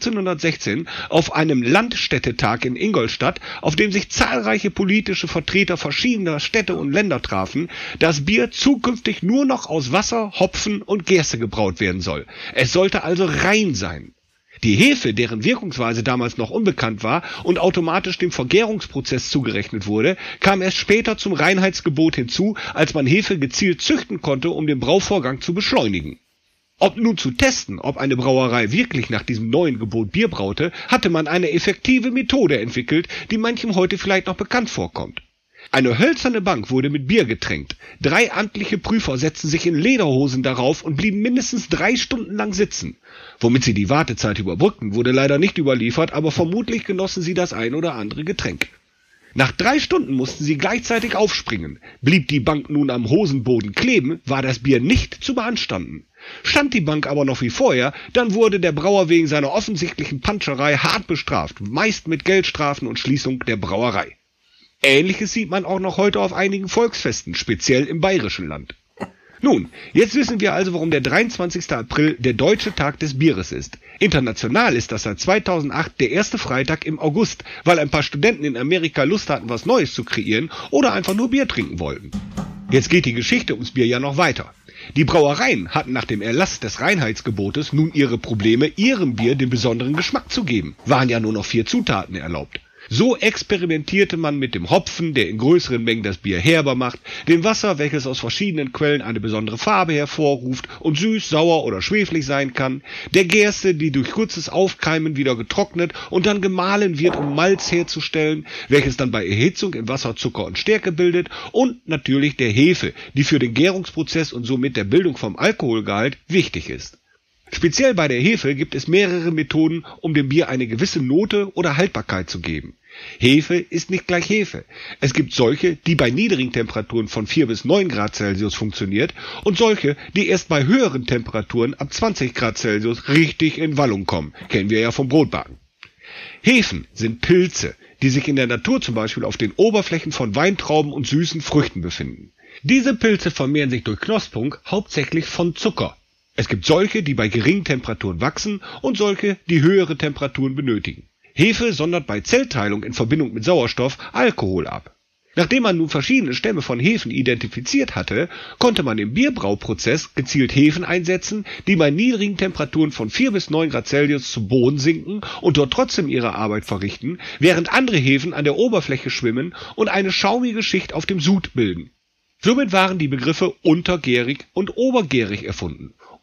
1516 auf einem Landstädtetag in Ingolstadt, auf dem sich zahlreiche politische Vertreter verschiedener Städte und Länder trafen, dass Bier zukünftig nur noch aus Wasser, Hopfen und Gerste gebraut werden soll. Es sollte also rein sein. Die Hefe, deren Wirkungsweise damals noch unbekannt war und automatisch dem Vergärungsprozess zugerechnet wurde, kam erst später zum Reinheitsgebot hinzu, als man Hefe gezielt züchten konnte, um den Brauvorgang zu beschleunigen. Ob nun zu testen, ob eine Brauerei wirklich nach diesem neuen Gebot Bier braute, hatte man eine effektive Methode entwickelt, die manchem heute vielleicht noch bekannt vorkommt. Eine hölzerne Bank wurde mit Bier getränkt. 3 amtliche Prüfer setzten sich in Lederhosen darauf und blieben mindestens 3 Stunden lang sitzen. Womit sie die Wartezeit überbrückten, wurde leider nicht überliefert, aber vermutlich genossen sie das ein oder andere Getränk. Nach 3 Stunden mussten sie gleichzeitig aufspringen. Blieb die Bank nun am Hosenboden kleben, war das Bier nicht zu beanstanden. Stand die Bank aber noch wie vorher, dann wurde der Brauer wegen seiner offensichtlichen Panscherei hart bestraft, meist mit Geldstrafen und Schließung der Brauerei. Ähnliches sieht man auch noch heute auf einigen Volksfesten, speziell im bayerischen Land. Nun, jetzt wissen wir also, warum der 23. April der Deutsche Tag des Bieres ist. International ist das seit 2008 der erste Freitag im August, weil ein paar Studenten in Amerika Lust hatten, was Neues zu kreieren oder einfach nur Bier trinken wollten. Jetzt geht die Geschichte ums Bier ja noch weiter. Die Brauereien hatten nach dem Erlass des Reinheitsgebotes nun ihre Probleme, ihrem Bier den besonderen Geschmack zu geben. Waren ja nur noch 4 Zutaten erlaubt. So experimentierte man mit dem Hopfen, der in größeren Mengen das Bier herber macht, dem Wasser, welches aus verschiedenen Quellen eine besondere Farbe hervorruft und süß, sauer oder schweflig sein kann, der Gerste, die durch kurzes Aufkeimen wieder getrocknet und dann gemahlen wird, um Malz herzustellen, welches dann bei Erhitzung in Wasser, Zucker und Stärke bildet, und natürlich der Hefe, die für den Gärungsprozess und somit der Bildung vom Alkoholgehalt wichtig ist. Speziell bei der Hefe gibt es mehrere Methoden, um dem Bier eine gewisse Note oder Haltbarkeit zu geben. Hefe ist nicht gleich Hefe. Es gibt solche, die bei niedrigen Temperaturen von 4 bis 9 Grad Celsius funktioniert und solche, die erst bei höheren Temperaturen ab 20 Grad Celsius richtig in Wallung kommen. Kennen wir ja vom Brotbacken. Hefen sind Pilze, die sich in der Natur zum Beispiel auf den Oberflächen von Weintrauben und süßen Früchten befinden. Diese Pilze vermehren sich durch Knospung hauptsächlich von Zucker. Es gibt solche, die bei geringen Temperaturen wachsen und solche, die höhere Temperaturen benötigen. Hefe sondert bei Zellteilung in Verbindung mit Sauerstoff Alkohol ab. Nachdem man nun verschiedene Stämme von Hefen identifiziert hatte, konnte man im Bierbrauprozess gezielt Hefen einsetzen, die bei niedrigen Temperaturen von 4 bis 9 Grad Celsius zu Boden sinken und dort trotzdem ihre Arbeit verrichten, während andere Hefen an der Oberfläche schwimmen und eine schaumige Schicht auf dem Sud bilden. Somit waren die Begriffe untergärig und obergärig erfunden.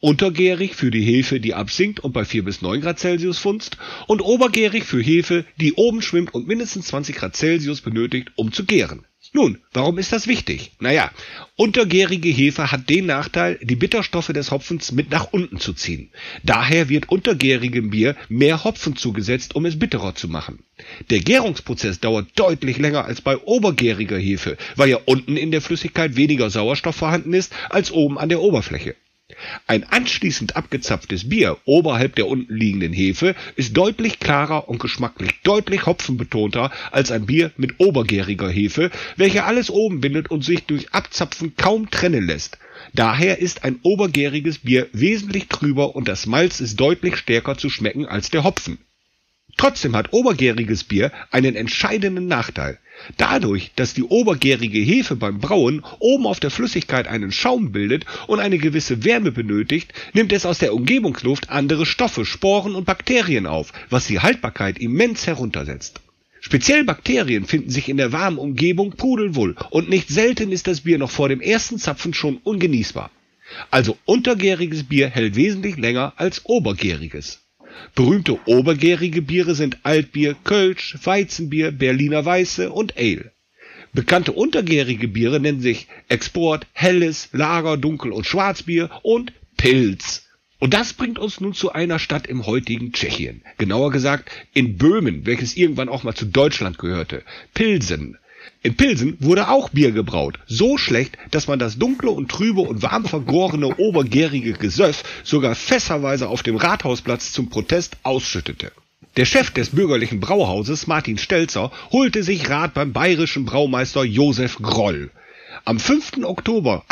untergärig für die Hefe, die absinkt und bei 4 bis 9 Grad Celsius funzt, und obergärig für Hefe, die oben schwimmt und mindestens 20 Grad Celsius benötigt, um zu gären. Nun, warum ist das wichtig? Naja, untergärige Hefe hat den Nachteil, die Bitterstoffe des Hopfens mit nach unten zu ziehen. Daher wird untergärigem Bier mehr Hopfen zugesetzt, um es bitterer zu machen. Der Gärungsprozess dauert deutlich länger als bei obergäriger Hefe, weil ja unten in der Flüssigkeit weniger Sauerstoff vorhanden ist als oben an der Oberfläche. Ein anschließend abgezapftes Bier oberhalb der unten liegenden Hefe ist deutlich klarer und geschmacklich deutlich hopfenbetonter als ein Bier mit obergäriger Hefe, welche alles oben bindet und sich durch Abzapfen kaum trennen lässt. Daher ist ein obergäriges Bier wesentlich trüber und das Malz ist deutlich stärker zu schmecken als der Hopfen. Trotzdem hat obergäriges Bier einen entscheidenden Nachteil. Dadurch, dass die obergärige Hefe beim Brauen oben auf der Flüssigkeit einen Schaum bildet und eine gewisse Wärme benötigt, nimmt es aus der Umgebungsluft andere Stoffe, Sporen und Bakterien auf, was die Haltbarkeit immens heruntersetzt. Speziell Bakterien finden sich in der warmen Umgebung pudelwohl und nicht selten ist das Bier noch vor dem ersten Zapfen schon ungenießbar. Also untergäriges Bier hält wesentlich länger als obergäriges. Berühmte obergärige Biere sind Altbier, Kölsch, Weizenbier, Berliner Weiße und Ale. Bekannte untergärige Biere nennen sich Export, Helles, Lager, Dunkel- und Schwarzbier und Pils. Und das bringt uns nun zu einer Stadt im heutigen Tschechien. Genauer gesagt in Böhmen, welches irgendwann auch mal zu Deutschland gehörte. Pilsen. In Pilsen wurde auch Bier gebraut, so schlecht, dass man das dunkle und trübe und warm vergorene obergärige Gesöff sogar fässerweise auf dem Rathausplatz zum Protest ausschüttete. Der Chef des bürgerlichen Brauhauses, Martin Stelzer, holte sich Rat beim bayerischen Braumeister Josef Groll. Am 5. Oktober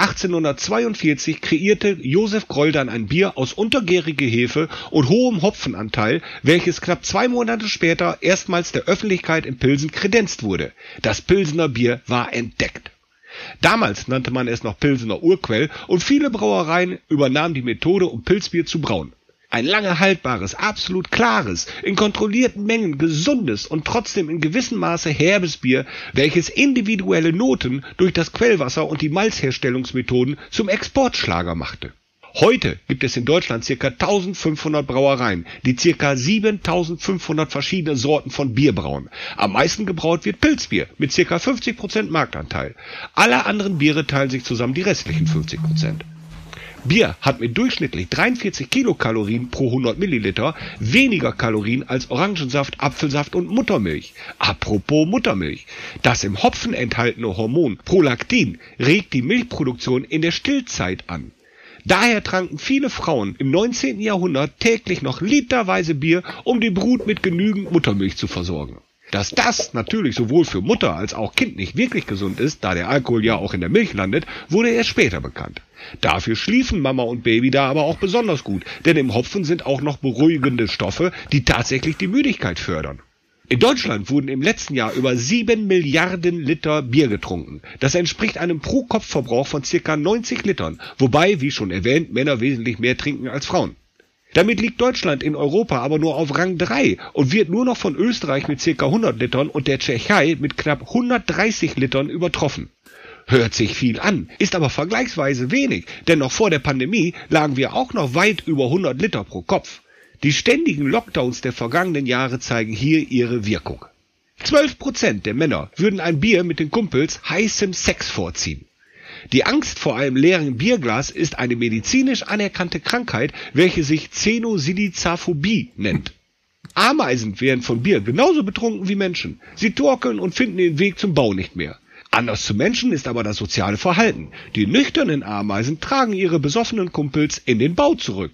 1842 kreierte Josef Groll dann ein Bier aus untergäriger Hefe und hohem Hopfenanteil, welches knapp 2 Monate später erstmals der Öffentlichkeit in Pilsen kredenzt wurde. Das Pilsener Bier war entdeckt. Damals nannte man es noch Pilsener Urquell und viele Brauereien übernahmen die Methode, um Pilzbier zu brauen. Ein lange haltbares, absolut klares, in kontrollierten Mengen gesundes und trotzdem in gewissem Maße herbes Bier, welches individuelle Noten durch das Quellwasser und die Malzherstellungsmethoden zum Exportschlager machte. Heute gibt es in Deutschland ca. 1500 Brauereien, die ca. 7500 verschiedene Sorten von Bier brauen. Am meisten gebraut wird Pilzbier mit ca. 50% Marktanteil. Alle anderen Biere teilen sich zusammen die restlichen 50%. Bier hat mit durchschnittlich 43 Kilokalorien pro 100 Milliliter weniger Kalorien als Orangensaft, Apfelsaft und Muttermilch. Apropos Muttermilch. Das im Hopfen enthaltene Hormon Prolaktin regt die Milchproduktion in der Stillzeit an. Daher tranken viele Frauen im 19. Jahrhundert täglich noch literweise Bier, um die Brut mit genügend Muttermilch zu versorgen. Dass das natürlich sowohl für Mutter als auch Kind nicht wirklich gesund ist, da der Alkohol ja auch in der Milch landet, wurde erst später bekannt. Dafür schliefen Mama und Baby da aber auch besonders gut, denn im Hopfen sind auch noch beruhigende Stoffe, die tatsächlich die Müdigkeit fördern. In Deutschland wurden im letzten Jahr über 7 Milliarden Liter Bier getrunken. Das entspricht einem Pro-Kopf-Verbrauch von ca. 90 Litern, wobei, wie schon erwähnt, Männer wesentlich mehr trinken als Frauen. Damit liegt Deutschland in Europa aber nur auf Rang 3 und wird nur noch von Österreich mit ca. 100 Litern und der Tschechei mit knapp 130 Litern übertroffen. Hört sich viel an, ist aber vergleichsweise wenig, denn noch vor der Pandemie lagen wir auch noch weit über 100 Liter pro Kopf. Die ständigen Lockdowns der vergangenen Jahre zeigen hier ihre Wirkung. 12% der Männer würden ein Bier mit den Kumpels heißem Sex vorziehen. Die Angst vor einem leeren Bierglas ist eine medizinisch anerkannte Krankheit, welche sich Zenosilizaphobie nennt. Ameisen werden von Bier genauso betrunken wie Menschen. Sie torkeln und finden den Weg zum Bau nicht mehr. Anders zu Menschen ist aber das soziale Verhalten. Die nüchternen Ameisen tragen ihre besoffenen Kumpels in den Bau zurück.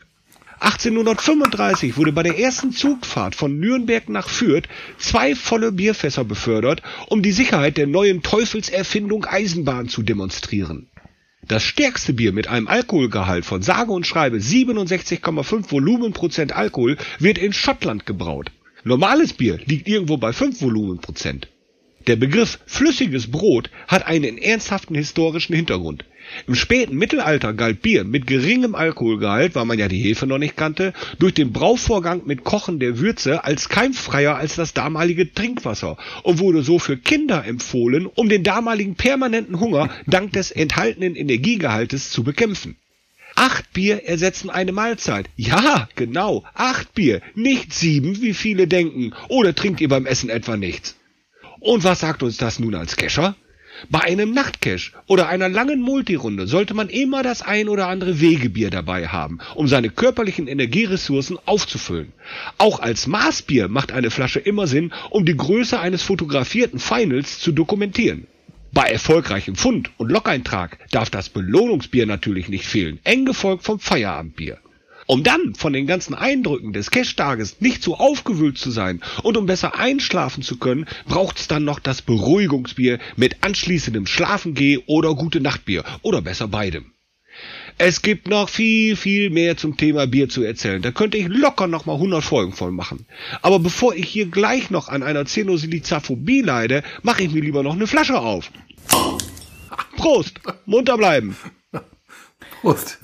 1835 wurde bei der ersten Zugfahrt von Nürnberg nach Fürth 2 volle Bierfässer befördert, um die Sicherheit der neuen Teufelserfindung Eisenbahn zu demonstrieren. Das stärkste Bier mit einem Alkoholgehalt von sage und schreibe 67,5 Volumenprozent Alkohol wird in Schottland gebraut. Normales Bier liegt irgendwo bei 5 Volumenprozent. Der Begriff flüssiges Brot hat einen ernsthaften historischen Hintergrund. Im späten Mittelalter galt Bier mit geringem Alkoholgehalt, weil man ja die Hefe noch nicht kannte, durch den Brauvorgang mit Kochen der Würze als keimfreier als das damalige Trinkwasser und wurde so für Kinder empfohlen, um den damaligen permanenten Hunger dank des enthaltenen Energiegehaltes zu bekämpfen. 8 Bier ersetzen eine Mahlzeit. Ja, genau, 8 Bier, nicht 7, wie viele denken. Oder trinkt ihr beim Essen etwa nichts? Und was sagt uns das nun als Kescher? Bei einem Nachtcash oder einer langen Multirunde sollte man immer das ein oder andere Wegebier dabei haben, um seine körperlichen Energieressourcen aufzufüllen. Auch als Maßbier macht eine Flasche immer Sinn, um die Größe eines fotografierten Finals zu dokumentieren. Bei erfolgreichem Fund und Log-Eintrag darf das Belohnungsbier natürlich nicht fehlen, eng gefolgt vom Feierabendbier. Um dann von den ganzen Eindrücken des Cash-Tages nicht so aufgewühlt zu sein und um besser einschlafen zu können, braucht's dann noch das Beruhigungsbier mit anschließendem Schlafengeh oder Gute-Nacht-Bier oder besser beidem. Es gibt noch viel, viel mehr zum Thema Bier zu erzählen. Da könnte ich locker noch mal 100 Folgen voll machen. Aber bevor ich hier gleich noch an einer Zänosilizaphobie leide, mache ich mir lieber noch eine Flasche auf. Prost, munter bleiben. Prost.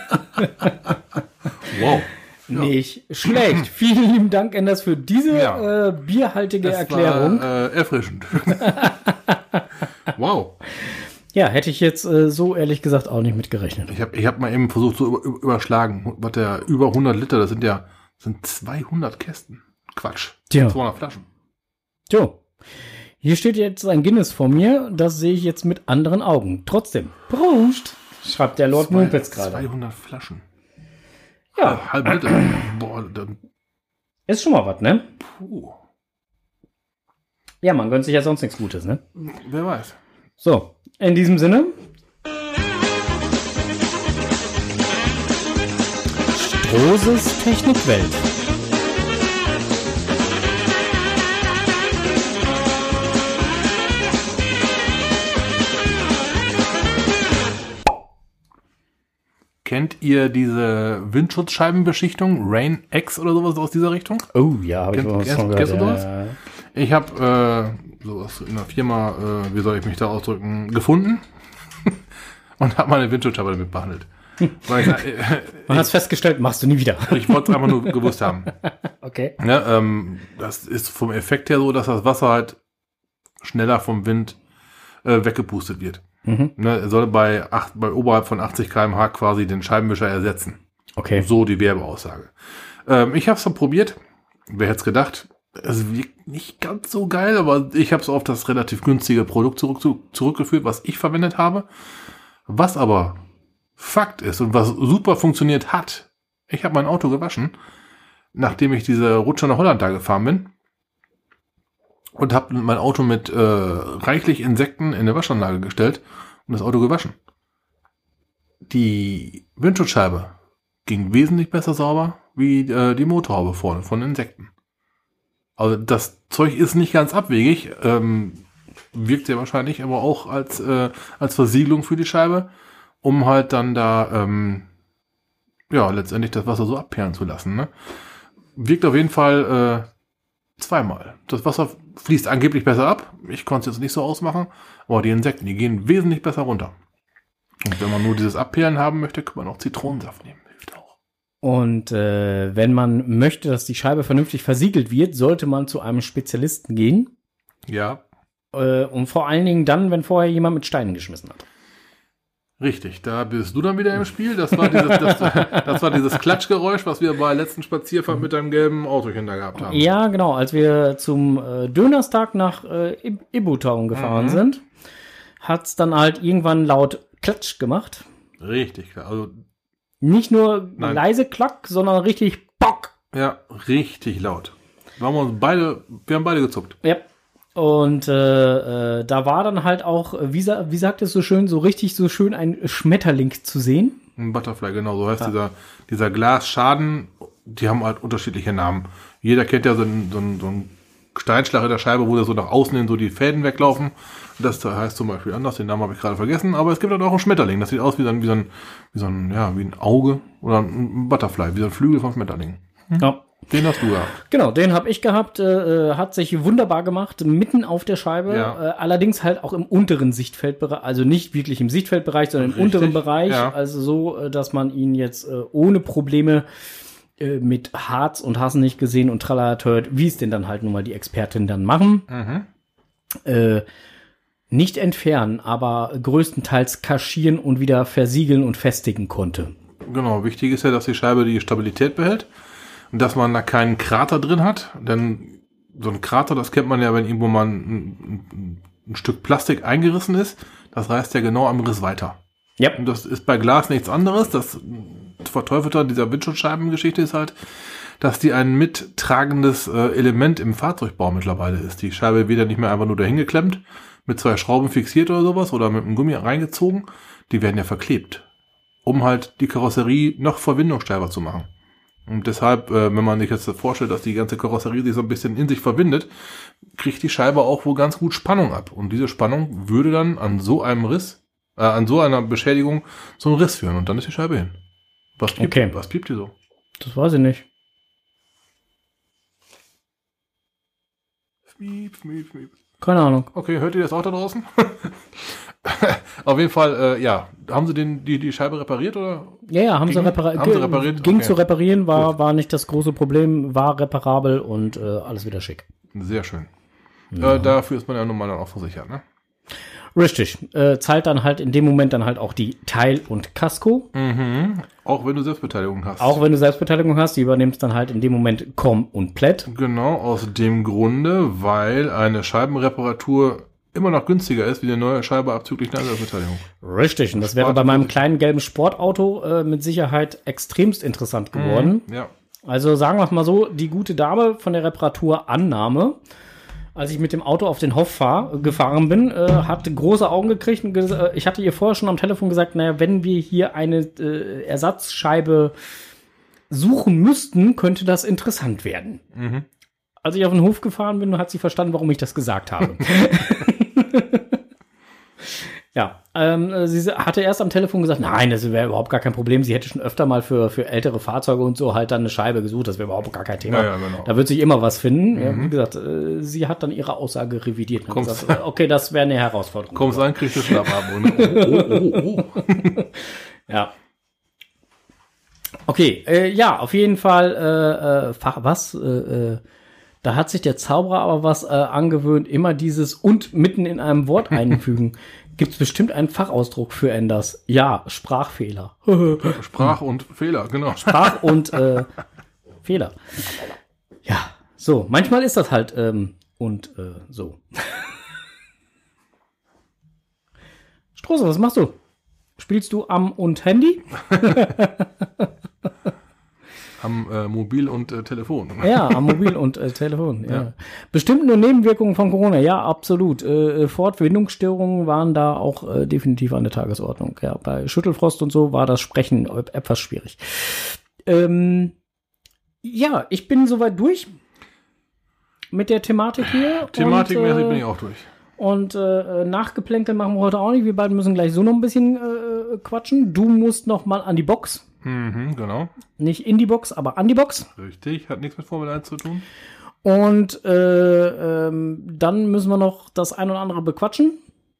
Wow. Nicht schlecht. Vielen lieben Dank, Enders, für diese bierhaltige Erklärung. War, erfrischend. Wow. Ja, hätte ich jetzt so ehrlich gesagt auch nicht mit gerechnet. Ich hab mal eben versucht zu überschlagen. Was der über 100 Liter, das sind 200 Kästen. Quatsch. Tja. 200 Flaschen. Jo. Hier steht jetzt ein Guinness vor mir. Das sehe ich jetzt mit anderen Augen. Trotzdem. Prost! Schreibt der Lord Mumpitz gerade. 200 Flaschen. Ja. Halb Liter. Boah, dann. Ist schon mal was, ne? Puh. Ja, man gönnt sich ja sonst nichts Gutes, ne? Wer weiß. So, in diesem Sinne. Strohses Technikwelt. Kennt ihr diese Windschutzscheibenbeschichtung? Rain X oder sowas aus dieser Richtung? Oh ja, habe ich was von gehört. Kennst du sowas? Ich habe sowas in der Firma, wie soll ich mich da ausdrücken, gefunden und habe meine Windschutzscheibe damit behandelt. Weil Man hat festgestellt, machst du nie wieder. ich wollte es einfach nur gewusst haben. Okay. Ja, das ist vom Effekt her so, dass das Wasser halt schneller vom Wind weggepustet wird. Mhm. Ne, er soll bei oberhalb von 80 km/h quasi den Scheibenwischer ersetzen. Okay. So die Werbeaussage. Ich habe es dann probiert. Wer hätte es gedacht? Es wirkt nicht ganz so geil, aber ich habe es auf das relativ günstige Produkt zurückgeführt, was ich verwendet habe. Was aber Fakt ist und was super funktioniert hat, ich habe mein Auto gewaschen, nachdem ich diese Rutsche nach Holland da gefahren bin und habe mein Auto mit reichlich Insekten in eine Waschanlage gestellt und das Auto gewaschen. Die Windschutzscheibe ging wesentlich besser sauber wie die Motorhaube vorne von Insekten. Also das Zeug ist nicht ganz abwegig, wirkt ja wahrscheinlich aber auch als Versiegelung für die Scheibe, um halt dann da letztendlich das Wasser so abperlen zu lassen. Ne? Wirkt auf jeden Fall zweimal. Das Wasser fließt angeblich besser ab. Ich konnte es jetzt nicht so ausmachen, aber die Insekten, die gehen wesentlich besser runter. Und wenn man nur dieses Abperlen haben möchte, kann man auch Zitronensaft nehmen. Hilft auch. Und wenn man möchte, dass die Scheibe vernünftig versiegelt wird, sollte man zu einem Spezialisten gehen. Ja. Und vor allen Dingen dann, wenn vorher jemand mit Steinen geschmissen hat. Richtig, da bist du dann wieder im Spiel. Das war dieses Klatschgeräusch, was wir bei letzten Spazierfahrt mit deinem gelben Autochen da gehabt haben. Ja, genau. Als wir zum Dönerstag nach Ibu-Town gefahren sind, hat's dann halt irgendwann laut Klatsch gemacht. Richtig, klar. Also, nicht nur leise Klack, sondern richtig Bock. Ja, richtig laut. Wir haben beide gezuckt. Ja. Und da war dann halt auch, wie sagt es so schön, ein Schmetterling zu sehen. Ein Butterfly, genau, so heißt dieser Glasschaden. Die haben halt unterschiedliche Namen. Jeder kennt ja so einen Steinschlag in der Scheibe, wo da so nach außen hin so die Fäden weglaufen. Das heißt zum Beispiel anders, den Namen habe ich gerade vergessen. Aber es gibt halt auch einen Schmetterling. Das sieht aus wie ein Auge oder ein Butterfly, wie so ein Flügel vom Schmetterling. Ja. Den hast du gehabt. Genau, den habe ich gehabt. Hat sich wunderbar gemacht, mitten auf der Scheibe. Ja. Allerdings halt auch im unteren Sichtfeldbereich, also nicht wirklich im Sichtfeldbereich, sondern im unteren Bereich. Ja. Also so, dass man ihn jetzt ohne Probleme mit Harz und Hasen nicht gesehen und tralala hört, wie es denn dann halt nun mal die Experten dann machen. Nicht entfernen, aber größtenteils kaschieren und wieder versiegeln und festigen konnte. Genau, wichtig ist ja, dass die Scheibe die Stabilität behält und dass man da keinen Krater drin hat, denn so ein Krater, das kennt man ja, wenn irgendwo mal ein Stück Plastik eingerissen ist, das reißt ja genau am Riss weiter. Ja. Und das ist bei Glas nichts anderes. Das Verteufelte an dieser Windschutzscheibengeschichte ist halt, dass die ein mittragendes Element im Fahrzeugbau mittlerweile ist. Die Scheibe wird ja nicht mehr einfach nur dahin geklemmt, mit 2 Schrauben fixiert oder sowas oder mit einem Gummi reingezogen. Die werden ja verklebt, um halt die Karosserie noch verwindungssteifer zu machen. Und deshalb, wenn man sich jetzt vorstellt, dass die ganze Karosserie sich so ein bisschen in sich verbindet, kriegt die Scheibe auch wohl ganz gut Spannung ab. Und diese Spannung würde dann an so einem Riss, an so einer Beschädigung zu einem Riss führen. Und dann ist die Scheibe hin. Was piept die so? Das weiß ich nicht. Schmiep. Keine Ahnung. Okay, hört ihr das auch da draußen? Auf jeden Fall, ja. Haben sie die Scheibe repariert oder? Ja, haben sie repariert. Ging zu reparieren, war nicht das große Problem, war reparabel und alles wieder schick. Sehr schön. Ja. Dafür ist man ja normal dann auch versichert, ne? Richtig. Zahlt dann halt in dem Moment dann halt auch die Teil- und Kasko. Mhm. Auch wenn du Selbstbeteiligung hast. Auch wenn du Selbstbeteiligung hast, die übernimmst dann halt in dem Moment komplett. Genau, aus dem Grunde, weil eine Scheibenreparatur immer noch günstiger ist, wie eine neue Scheibe abzüglich einer Selbstbeteiligung. Richtig, und das wäre bei meinem kleinen gelben Sportauto mit Sicherheit extremst interessant geworden. Ja. Also sagen wir mal so, die gute Dame von der Reparaturannahme, als ich mit dem Auto auf den Hof gefahren bin, hat große Augen gekriegt. Und ich hatte ihr vorher schon am Telefon gesagt, naja, wenn wir hier eine Ersatzscheibe suchen müssten, könnte das interessant werden. Mhm. Als ich auf den Hof gefahren bin, hat sie verstanden, warum ich das gesagt habe. Ja, sie hatte erst am Telefon gesagt, nein, das wäre überhaupt gar kein Problem. Sie hätte schon öfter mal für ältere Fahrzeuge und so halt dann eine Scheibe gesucht. Das wäre überhaupt gar kein Thema. Ja, genau. Da wird sich immer was finden. Mhm. Ja, wie gesagt, sie hat dann ihre Aussage revidiert und gesagt, okay, das wäre eine Herausforderung. Kommst rein, kriegst du Schlafabo. Oh. Ja. Okay, ja, auf jeden Fall, da hat sich der Zauberer aber was angewöhnt, immer dieses und mitten in einem Wort einfügen. Gibt es bestimmt einen Fachausdruck für Enders? Ja, Sprachfehler. Sprach- und Fehler, genau. Sprach- und Fehler. Ja, so. Manchmal ist das halt so. Strohse, was machst du? Spielst du am und Handy? Am Mobil und Telefon. Ja, am Mobil und Telefon. Ja. Bestimmt nur Nebenwirkungen von Corona. Ja, absolut. Fortbildungsstörungen waren da auch definitiv an der Tagesordnung. Ja, bei Schüttelfrost und so war das Sprechen etwas schwierig. Ja, ich bin soweit durch mit der Thematik hier. Thematikmäßig bin ich auch durch. Und Nachgeplänkel machen wir heute auch nicht. Wir beiden müssen gleich so noch ein bisschen quatschen. Du musst noch mal an die Box. Mhm, genau. Nicht in die Box, aber an die Box. Richtig, hat nichts mit Formel 1 zu tun. Und dann müssen wir noch das ein oder andere bequatschen.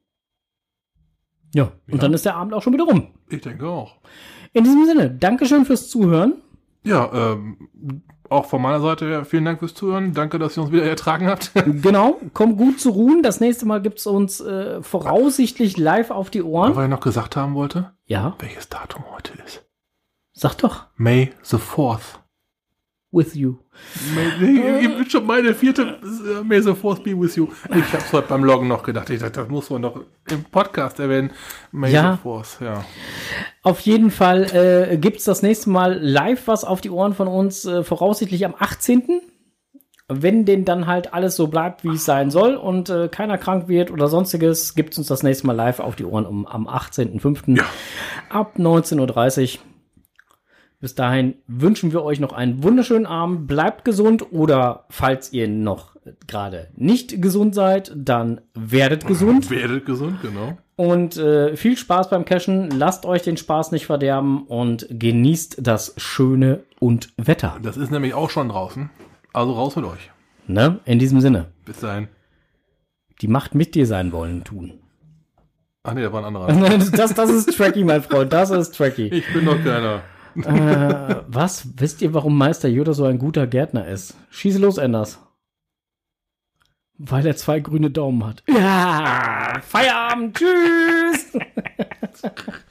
Ja, und dann ist der Abend auch schon wieder rum. Ich denke auch. In diesem Sinne, Dankeschön fürs Zuhören. Ja, auch von meiner Seite vielen Dank fürs Zuhören. Danke, dass ihr uns wieder ertragen habt. Genau, kommt gut zur Ruhe. Das nächste Mal gibt es uns voraussichtlich live auf die Ohren. Was ich noch gesagt haben wollte? Ja. Welches Datum heute ist? Sag doch. May the 4th. With you. Ich bin schon meine 4. May the 4th be with you. Ich hab's heute beim Loggen noch gedacht. Ich dachte, das muss man doch im Podcast erwähnen. May the 4th, ja. Auf jeden Fall gibt's das nächste Mal live was auf die Ohren von uns, voraussichtlich am 18. Wenn denn dann halt alles so bleibt, wie es sein soll und keiner krank wird oder sonstiges, gibt's uns das nächste Mal live auf die Ohren am 18.05. Ab 19:30 Uhr. Bis dahin wünschen wir euch noch einen wunderschönen Abend. Bleibt gesund oder falls ihr noch gerade nicht gesund seid, dann werdet gesund. Werdet gesund, genau. Und viel Spaß beim Cashen. Lasst euch den Spaß nicht verderben und genießt das schöne und Wetter. Das ist nämlich auch schon draußen. Also raus mit euch. Ne? In diesem Sinne. Bis dahin. Die Macht mit dir sein wollen tun. Ach nee, da war ein anderer. das ist Tracky, mein Freund. Das ist Tracky. Ich bin doch keiner. Was? Wisst ihr, warum Meister Yoda so ein guter Gärtner ist? Schieße los, Enders. Weil er 2 grüne Daumen hat. Ja! Feierabend! Tschüss!